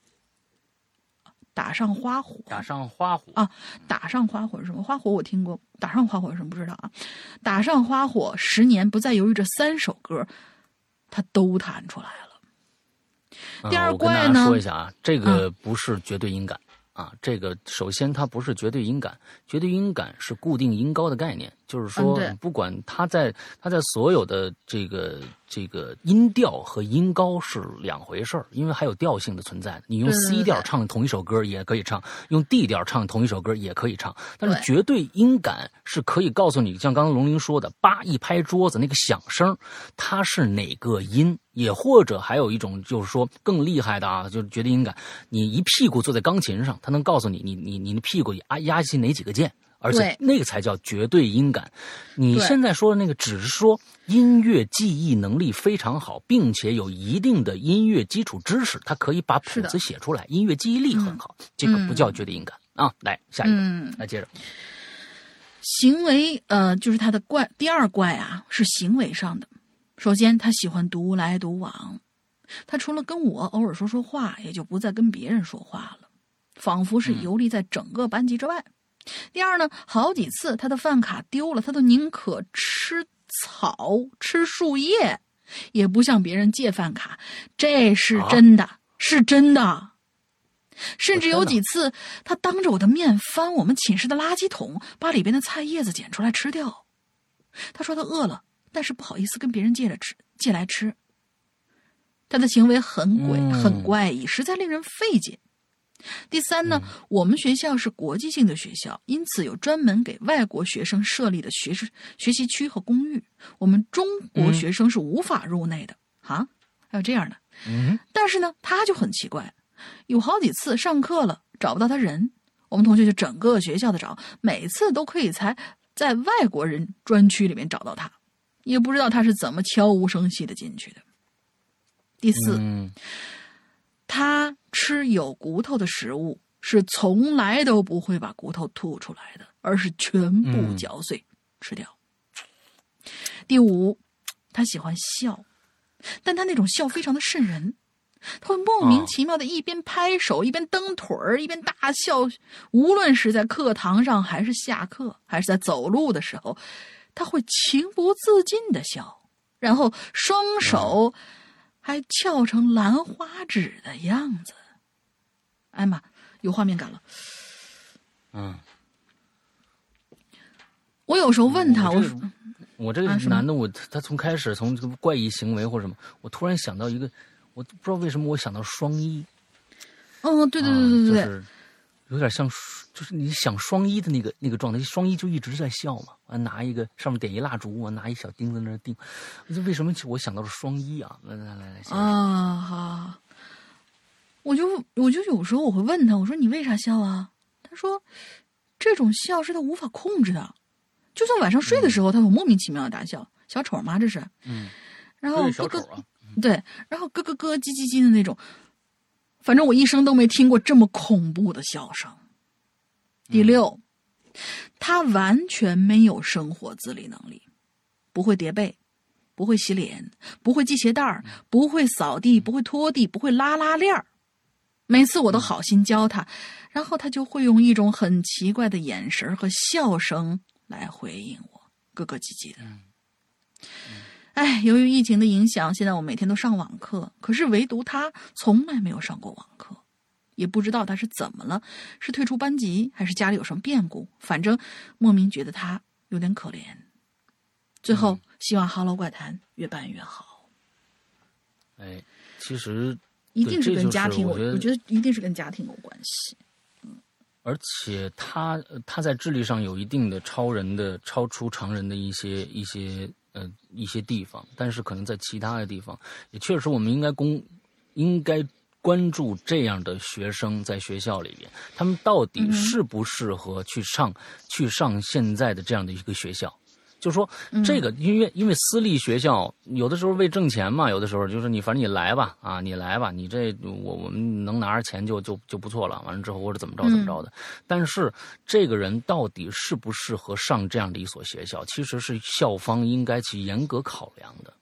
打上花火， 打上花火啊！打上花火是什么？花火我听过，打上花火是什么不知道啊？打上花火，十年不再犹豫，这三首歌，他都弹出来了。第二怪呢？ 嗯、我跟大家说一下啊，这个不是绝对音感、嗯、啊，这个首先它不是绝对音感，绝对音感是固定音高的概念，就是说， 嗯、 不管它在它在所有的这个。这个音调和音高是两回事儿，因为还有调性的存在。你用 C 调唱同一首歌也可以唱，用 D 调唱同一首歌也可以唱。但是绝对音感是可以告诉你，像刚刚龙玲说的，叭一拍桌子那个响声，它是哪个音？也或者还有一种就是说更厉害的啊，就是绝对音感，你一屁股坐在钢琴上，它能告诉你，你你你的屁股压压进哪几个键。而且那个才叫绝对音感。你现在说的那个只是说音乐记忆能力非常好，并且有一定的音乐基础知识，他可以把谱子写出来，音乐记忆力很好，嗯、这个不叫绝对音感、嗯、啊。来下一个，嗯、来接着。 行为呃，就是他的怪，第二怪啊是行为上的。首先，他喜欢独来独往，他除了跟我偶尔说说话，也就不再跟别人说话了，仿佛是游离在整个班级之外。嗯第二呢，好几次他的饭卡丢了，他都宁可吃草吃树叶，也不向别人借饭卡，这是真的、啊、是真的。甚至有几次他当着我的面翻我们寝室的垃圾桶，把里边的菜叶子捡出来吃掉。他说他饿了，但是不好意思跟别人借了吃借来吃。他的行为很鬼、嗯、很怪异，实在令人费解。第三呢、嗯，我们学校是国际性的学校，因此有专门给外国学生设立的学学习区和公寓，我们中国学生是无法入内的、嗯、啊，还有这样的。 嗯， 但是呢，他就很奇怪，有好几次上课了找不到他人，我们同学就整个学校的找，每次都可以才在外国人专区里面找到他，也不知道他是怎么悄无声息的进去的。第四。 嗯， 他吃有骨头的食物是从来都不会把骨头吐出来的，而是全部嚼碎、嗯、吃掉。第五，他喜欢笑，但他那种笑非常的瘆人，他会莫名其妙的一边拍手、哦、一边蹬腿儿一边大笑，无论是在课堂上还是下课还是在走路的时候，他会情不自禁的笑，然后双手、嗯还翘成兰花指的样子，哎妈，有画面感了。 嗯， 我有时候问他， 我说， 我这个男的，我他从开始从这个怪异行为或者什么，我突然想到一个，我不知道为什么我想到双一。 嗯，对对对对对对， 啊、就是有点像，就是你想双一的那个那个状态，双一就一直在笑嘛，啊，拿一个上面点一蜡烛，我拿一小钉子在那钉，这为什么我想到了双一啊？来来来来， 啊好，我就我就有时候我会问他，我说你为啥笑啊？他说这种笑是他无法控制的，就算晚上睡的时候，嗯、他会莫名其妙的大笑，小丑吗？这是， 嗯， 然后小丑啊， 对，然后咯咯咯叽叽叽的那种。反正我一生都没听过这么恐怖的笑声。第六，嗯、他完全没有生活自理能力，不会叠被，不会洗脸，不会系鞋带，不会扫地，不会拖地，不会拉拉链。每次我都好心教他，然后他就会用一种很奇怪的眼神和笑声来回应我，咯咯唧唧的。 嗯嗯哎，由于疫情的影响，现在我每天都上网课，可是唯独他从来没有上过网课，也不知道他是怎么了，是退出班级还是家里有什么变故，反正莫名觉得他有点可怜。最后、嗯、希望哈喽怪谈越办越好。 哎，其实一定是跟家庭， 我觉得我觉得一定是跟家庭有关系。 嗯，而且他他在智力上有一定的超人的超出常人的一些一些。呃，一些地方，但是可能在其他的地方，也确实我们应该公应该关注这样的学生在学校里边，他们到底适不适合去上、嗯、去上现在的这样的一个学校。就是说这个，因为因为私立学校有的时候为挣钱嘛，有的时候就是你反正你来吧啊，你来吧，你这我我们能拿着钱就就就不错了。完了之后或者怎么着怎么着的，嗯、但是这个人到底适不适合上这样的一所学校，其实是校方应该去严格考量的。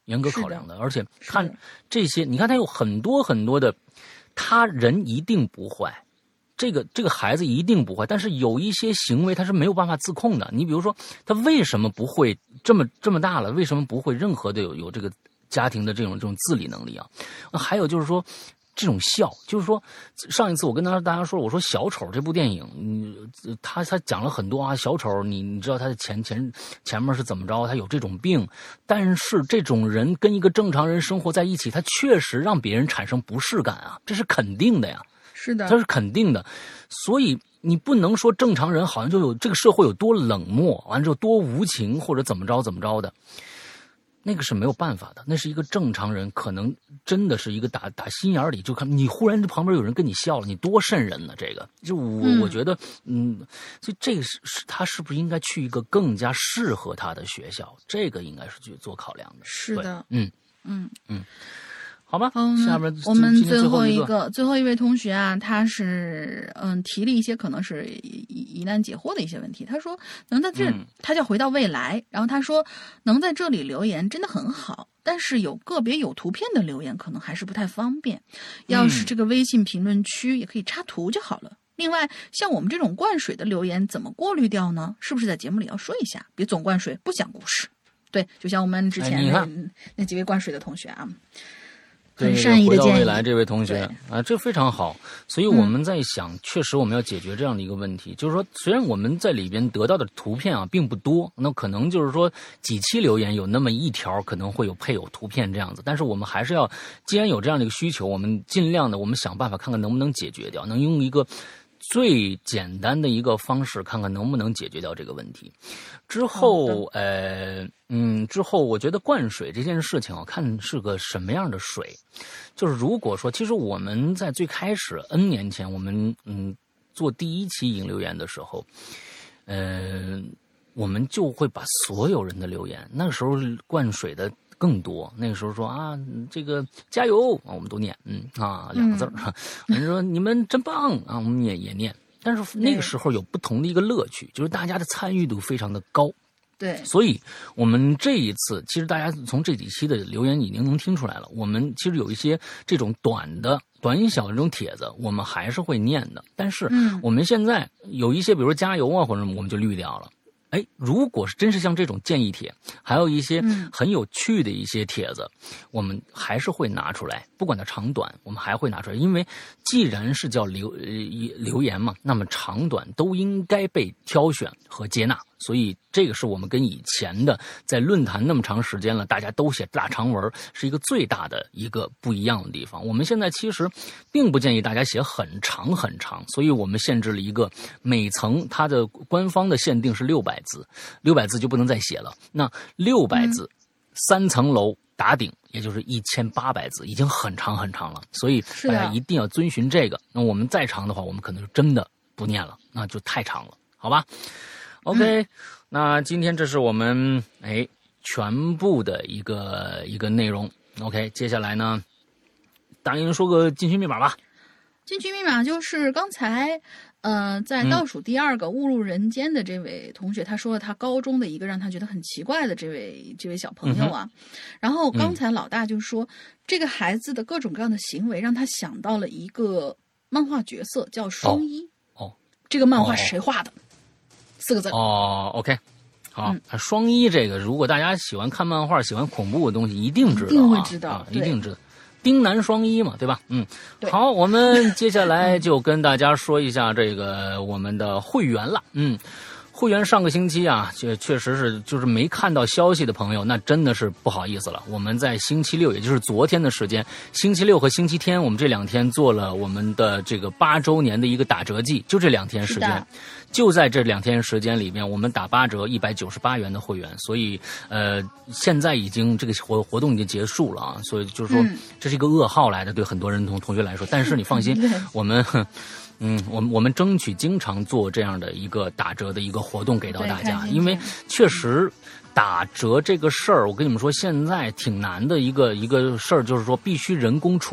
严格考量的，而且看这些，你看他有很多很多的，他人一定不坏。这个这个孩子一定不坏，但是有一些行为他是没有办法自控的。你比如说，他为什么不会这么这么大了？为什么不会任何的有有这个家庭的这种这种自理能力啊？还有就是说，这种笑，就是说，上一次我跟大家大家说，我说小丑这部电影，嗯，他他讲了很多啊，小丑，你你知道他的前前前面是怎么着？他有这种病，但是这种人跟一个正常人生活在一起，他确实让别人产生不适感啊，这是肯定的呀。 是的， 这是肯定的，所以你不能说正常人好像就有这个社会有多冷漠，完了之后多无情或者怎么着怎么着的，那个是没有办法的。那是一个正常人，可能真的是一个打打心眼里就看你忽然旁边有人跟你笑了，你多瘆人呢！这个就我、嗯、我觉得，嗯，所以这个是是他是不是应该去一个更加适合他的学校？这个应该是去做考量的。 是的， 嗯嗯嗯。好吧， 嗯， 下边我们最后一个最后一位同学啊，他是嗯提了一些可能是疑疑难解惑的一些问题。他说能在这，嗯、他叫回到未来，然后他说能在这里留言真的很好，但是有个别有图片的留言可能还是不太方便。要是这个微信评论区也可以插图就好了。嗯、另外，像我们这种灌水的留言怎么过滤掉呢？是不是在节目里要说一下？别总灌水，不讲故事。对，就像我们之前那、哎、那几位灌水的同学啊。很善意的建议。 回到未来这位同学啊，这非常好。所以我们在想，嗯、确实我们要解决这样的一个问题，就是说，虽然我们在里边得到的图片啊并不多，那可能就是说几期留言有那么一条可能会有配有图片这样子，但是我们还是要，既然有这样的一个需求，我们尽量的，我们想办法看看能不能解决掉，能用一个最简单的一个方式，看看能不能解决掉这个问题。之后，呃，嗯，之后我觉得灌水这件事情啊，看是个什么样的水。就是如果说，其实我们在最开始 N 年前，我们嗯做第一期引留言的时候，呃，我们就会把所有人的留言，那个时候灌水的更多。那个时候说啊，这个加油啊，我们都念，嗯啊两个字儿。有人说你们真棒啊，我们也也念。但是那个时候有不同的一个乐趣，就是大家的参与度非常的高。 对， 所以我们这一次，其实大家从这几期的留言已经能听出来了，我们其实有一些这种短的、短小的这种帖子，我们还是会念的。但是我们现在有一些，比如说加油啊或者什么，我们就滤掉了。哎，如果是真是像这种建议帖，还有一些很有趣的一些帖子，嗯、我们还是会拿出来，不管它长短，我们还会拿出来，因为既然是叫留呃留言嘛，那么长短都应该被挑选和接纳。所以这个是我们跟以前的在论坛那么长时间了，大家都写大长文，是一个最大的一个不一样的地方。我们现在其实并不建议大家写很长很长，所以我们限制了一个每层它的官方的限定是六百字，六百字就不能再写了。那六百字、嗯、三层楼打顶，也就是一千八百字，已经很长很长了。所以大家一定要遵循这个。那我们再长的话，我们可能就真的不念了，那就太长了，好吧？OK，、嗯、那今天这是我们哎全部的一个一个内容。OK， 接下来呢，大英说个禁区密码吧。 禁区密码就是刚才呃在倒数第二个误入人间的这位同学，嗯、他说了他高中的一个让他觉得很奇怪的这位这位小朋友啊。嗯、然后刚才老大就说、嗯、这个孩子的各种各样的行为让他想到了一个漫画角色叫双一。 哦，哦这个漫画是谁画的？ 哦四个字哦 ，OK， 好，嗯、双一这个，如果大家喜欢看漫画、喜欢恐怖的东西，一定知道、啊， 一定会知道， 啊、一定知道。丁男双一嘛，对吧？嗯，好，我们接下来就跟大家说一下这个我们的会员了，嗯。会员上个星期啊，确确实是就是没看到消息的朋友，那真的是不好意思了。我们在星期六，也就是昨天的时间，星期六和星期天，我们这两天做了我们的这个八周年的一个打折季，就这两天时间，就在这两天时间里面，我们打八折，一百九十八元的会员。所以呃，现在已经这个活活动已经结束了啊，所以就是说、嗯、这是一个噩耗来的，对很多人同同学来说。但是你放心，我们。嗯，我们我们争取经常做这样的一个打折的一个活动给到大家，因为确实打折这个事儿，我跟你们说，现在挺难的一个一个事儿，就是说必须人工处理。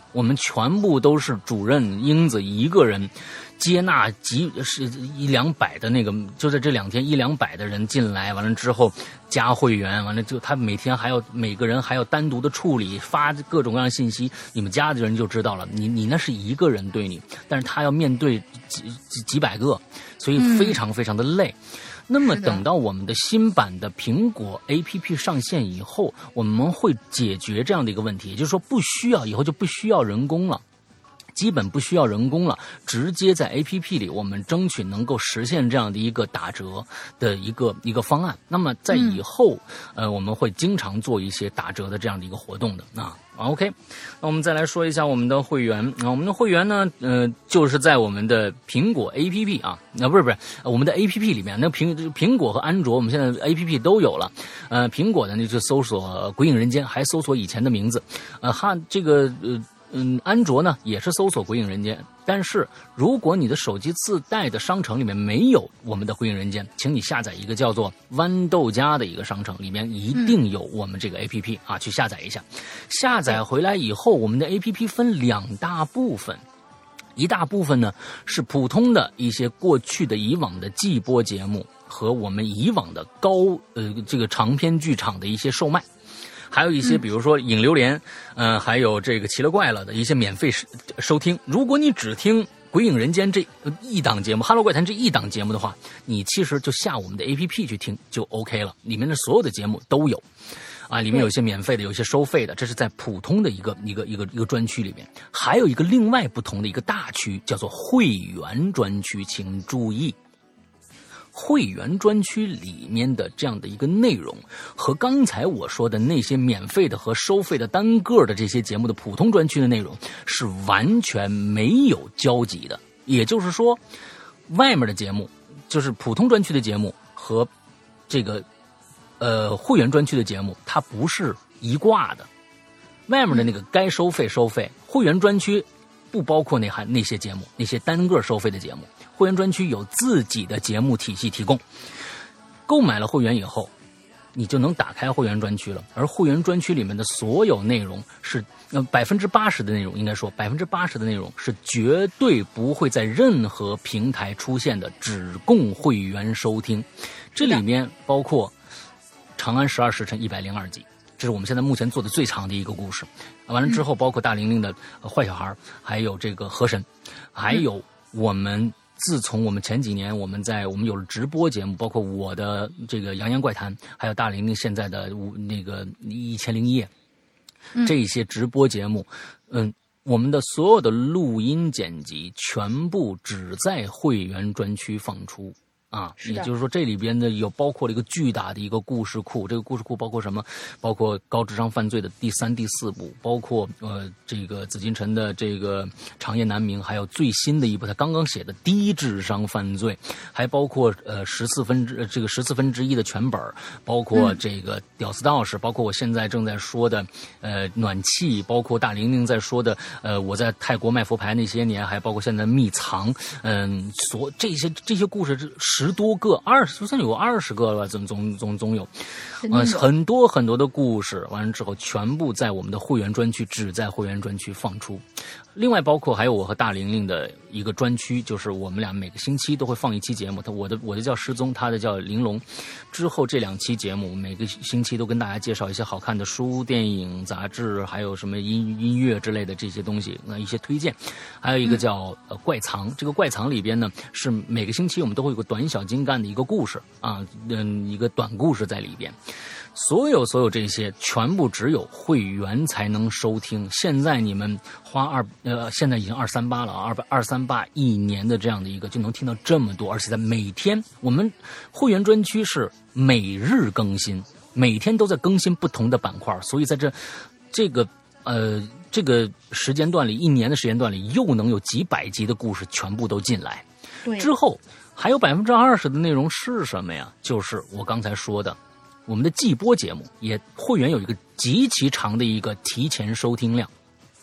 我们全部都是主任英子一个人接纳几是一两百的那个，就在这两天一两百的人进来，完了之后加会员，完了就他每天还要每个人还要单独的处理发各种各样的信息，你们家的人就知道了，你你那是一个人对你，但是他要面对几几几百个，所以非常非常的累。嗯，那么等到我们的新版的苹果 A P P 上线以后，我们会解决这样的一个问题，也就是说不需要以后就不需要人工了，基本不需要人工了，直接在 A P P 里我们争取能够实现这样的一个打折的一个一个方案。那么在以后、嗯、呃我们会经常做一些打折的这样的一个活动的啊。OK， 那我们再来说一下我们的会员啊，我们的会员呢，呃，就是在我们的苹果 A P P 啊，啊不是不是，我们的 A P P 里面，那苹苹果和安卓，我们现在 A P P 都有了。呃，苹果呢就搜索"鬼影人间"，还搜索以前的名字，呃，哈，这个呃。嗯，安卓呢也是搜索"鬼影人间"，但是如果你的手机自带的商城里面没有我们的"鬼影人间"，请你下载一个叫做豌豆荚的一个商城，里面一定有我们这个 A P P、嗯、啊，去下载一下。下载回来以后，我们的 A P P 分两大部分，一大部分呢是普通的一些过去的以往的季播节目和我们以往的高呃这个长篇剧场的一些售卖。还有一些比如说影榴莲嗯、呃，还有这个奇了怪了的一些免费收听。如果你只听鬼影人间这一档节目，哈喽怪谈这一档节目的话，你其实就下我们的 A P P 去听就 OK 了，里面的所有的节目都有啊，里面有一些免费的，有一些收费的，这是在普通的一个一个一个一个专区里面。还有一个另外不同的一个大区叫做会员专区，请注意，会员专区里面的这样的一个内容和刚才我说的那些免费的和收费的单个的这些节目的普通专区的内容是完全没有交集的。也就是说，外面的节目就是普通专区的节目和这个呃会员专区的节目它不是一挂的，外面的那个该收费收费，会员专区不包括那含那些节目，那些单个收费的节目。会员专区有自己的节目体系提供，购买了会员以后，你就能打开会员专区了。而会员专区里面的所有内容是，呃，百分之八十的内容，应该说百分之八十的内容是绝对不会在任何平台出现的，只供会员收听。这里面包括《长安十二时辰》一百零二集。这是我们现在目前做的最长的一个故事，完了之后包括大玲玲的坏小孩，还有这个河神，还有我们自从我们前几年我们在我们有了直播节目，包括我的这个洋洋怪谈，还有大玲玲现在的那个一千零一夜，这些直播节目，嗯，我们的所有的录音剪辑全部只在会员专区放出。啊，也就是说，这里边呢有包括了一个巨大的一个故事库。这个故事库包括什么？包括高智商犯罪的第三、第四部，包括呃这个紫禁城的这个长夜难明，还有最新的一部他刚刚写的低智商犯罪，还包括呃十四分之这个十四分之一的全本，包括这个屌丝道士，包括我现在正在说的呃暖气，包括大玲玲在说的呃我在泰国卖佛牌那些年，还包括现在密藏，嗯、呃，所这些这些故事是。十多个，二十，就算有二十个了，总总总总有，呃，很多很多的故事，完了之后全部在我们的会员专区，只在会员专区放出。另外，包括还有我和大玲玲的一个专区，就是我们俩每个星期都会放一期节目。他我的我的叫失踪，他的叫玲珑。之后这两期节目，每个星期都跟大家介绍一些好看的书、电影、杂志，还有什么音音乐之类的这些东西，那一些推荐。还有一个叫呃怪藏，这个怪藏里边呢，是每个星期我们都会有个短小精干的一个故事啊，嗯，一个短故事在里边。所有所有这些全部只有会员才能收听。现在你们花二呃，现在已经二三八了啊，二百二三八一年的这样的一个就能听到这么多，而且在每天我们会员专区是每日更新，每天都在更新不同的板块，所以在这这个呃这个时间段里，一年的时间段里，又能有几百集的故事全部都进来。 对， 之后还有百分之二十的内容是什么呀？就是我刚才说的。我们的季播节目也会员有一个极其长的一个提前收听量，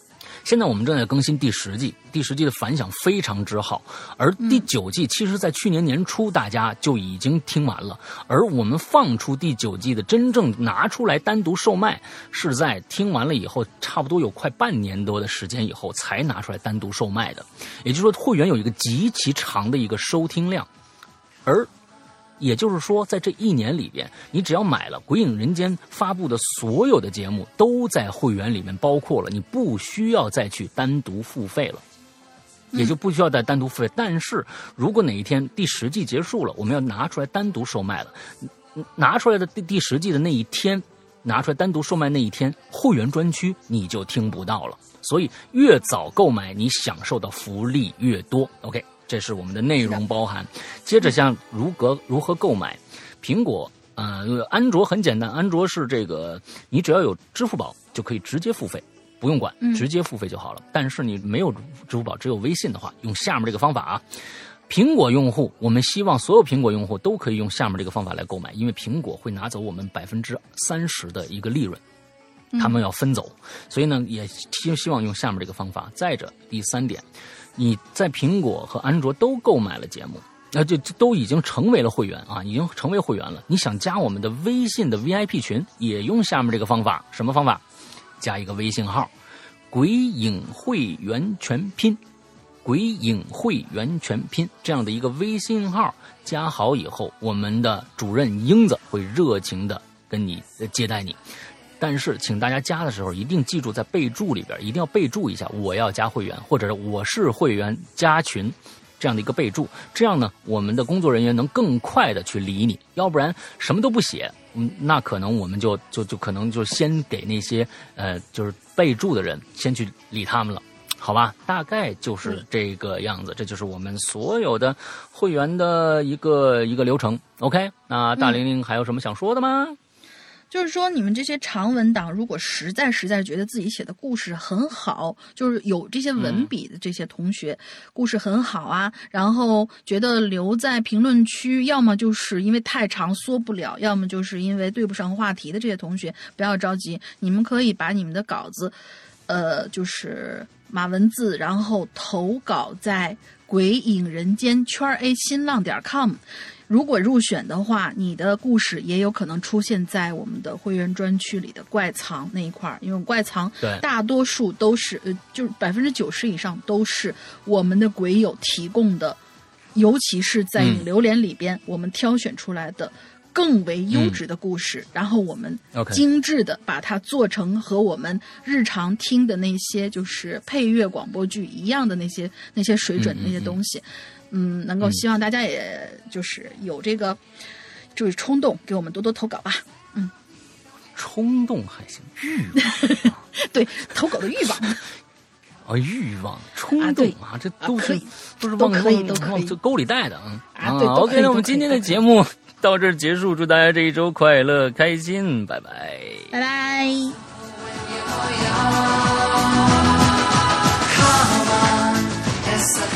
现在我们正在更新第十季，第十季的反响非常之好，而第九季其实在去年年初大家就已经听完了，而我们放出第九季的真正拿出来单独售卖，是在听完了以后差不多有快半年多的时间以后才拿出来单独售卖的。也就是说，会员有一个极其长的一个收听量，而也就是说，在这一年里边，你只要买了《鬼影人间》发布的所有的节目，都在会员里面包括了，你不需要再去单独付费了，也就不需要再单独付费。但是如果哪一天第十季结束了，我们要拿出来单独售卖了，拿出来的第第十季的那一天，拿出来单独售卖那一天，会员专区你就听不到了。所以越早购买，你享受到福利越多。OK。这是我们的内容包含。接着像如何如何购买，苹果呃安卓很简单，安卓是这个你只要有支付宝就可以直接付费，不用管，直接付费就好了。嗯、但是你没有支付宝，只有微信的话，用下面这个方法啊。苹果用户，我们希望所有苹果用户都可以用下面这个方法来购买，因为苹果会拿走我们百分之三十的一个利润。他们要分走，所以呢，也希希望用下面这个方法。再者，第三点，你在苹果和安卓都购买了节目，那、呃、就都已经成为了会员啊，已经成为会员了。你想加我们的微信的 V I P 群，也用下面这个方法。什么方法？加一个微信号，鬼影会员全拼，鬼影会员全拼这样的一个微信号，加好以后，我们的主任英子会热情的跟你接待你。但是请大家加的时候一定记住，在备注里边一定要备注一下我要加会员，或者是我是会员加群这样的一个备注，这样呢我们的工作人员能更快的去理你，要不然什么都不写，嗯，那可能我们就就就可能就先给那些呃就是备注的人先去理他们了，好吧？大概就是这个样子，这就是我们所有的会员的一个一个流程。 OK， 那大玲玲还有什么想说的吗？嗯， 就是说，你们这些长文档，如果实在实在觉得自己写的故事很好，就是有这些文笔的这些同学，嗯、故事很好啊，然后觉得留在评论区，要么就是因为太长缩不了，要么就是因为对不上话题的这些同学，不要着急，你们可以把你们的稿子，呃，就是码文字，然后投稿在鬼影人间圈 A 新浪点 com。如果入选的话，你的故事也有可能出现在我们的会员专区里的怪藏那一块，因为怪藏大多数都是呃，就是百分之九十以上都是我们的鬼友提供的，尤其是在影榴莲里边、嗯、我们挑选出来的更为优质的故事、嗯、然后我们精致的把它做成和我们日常听的那些就是配乐广播剧一样的那些那些水准的那些东西。嗯嗯嗯，能够希望大家也就是有这个就是冲动，给我们多多投稿吧。嗯， 冲动还行，欲望对投稿的欲望啊，欲望冲动 啊, 啊，这都是、啊、都是往往往沟里带的啊。 啊，对 ，OK， 那我们今天的节目到这儿结束，祝大家这一周快乐开心，拜拜， 拜拜。 Come on, it's a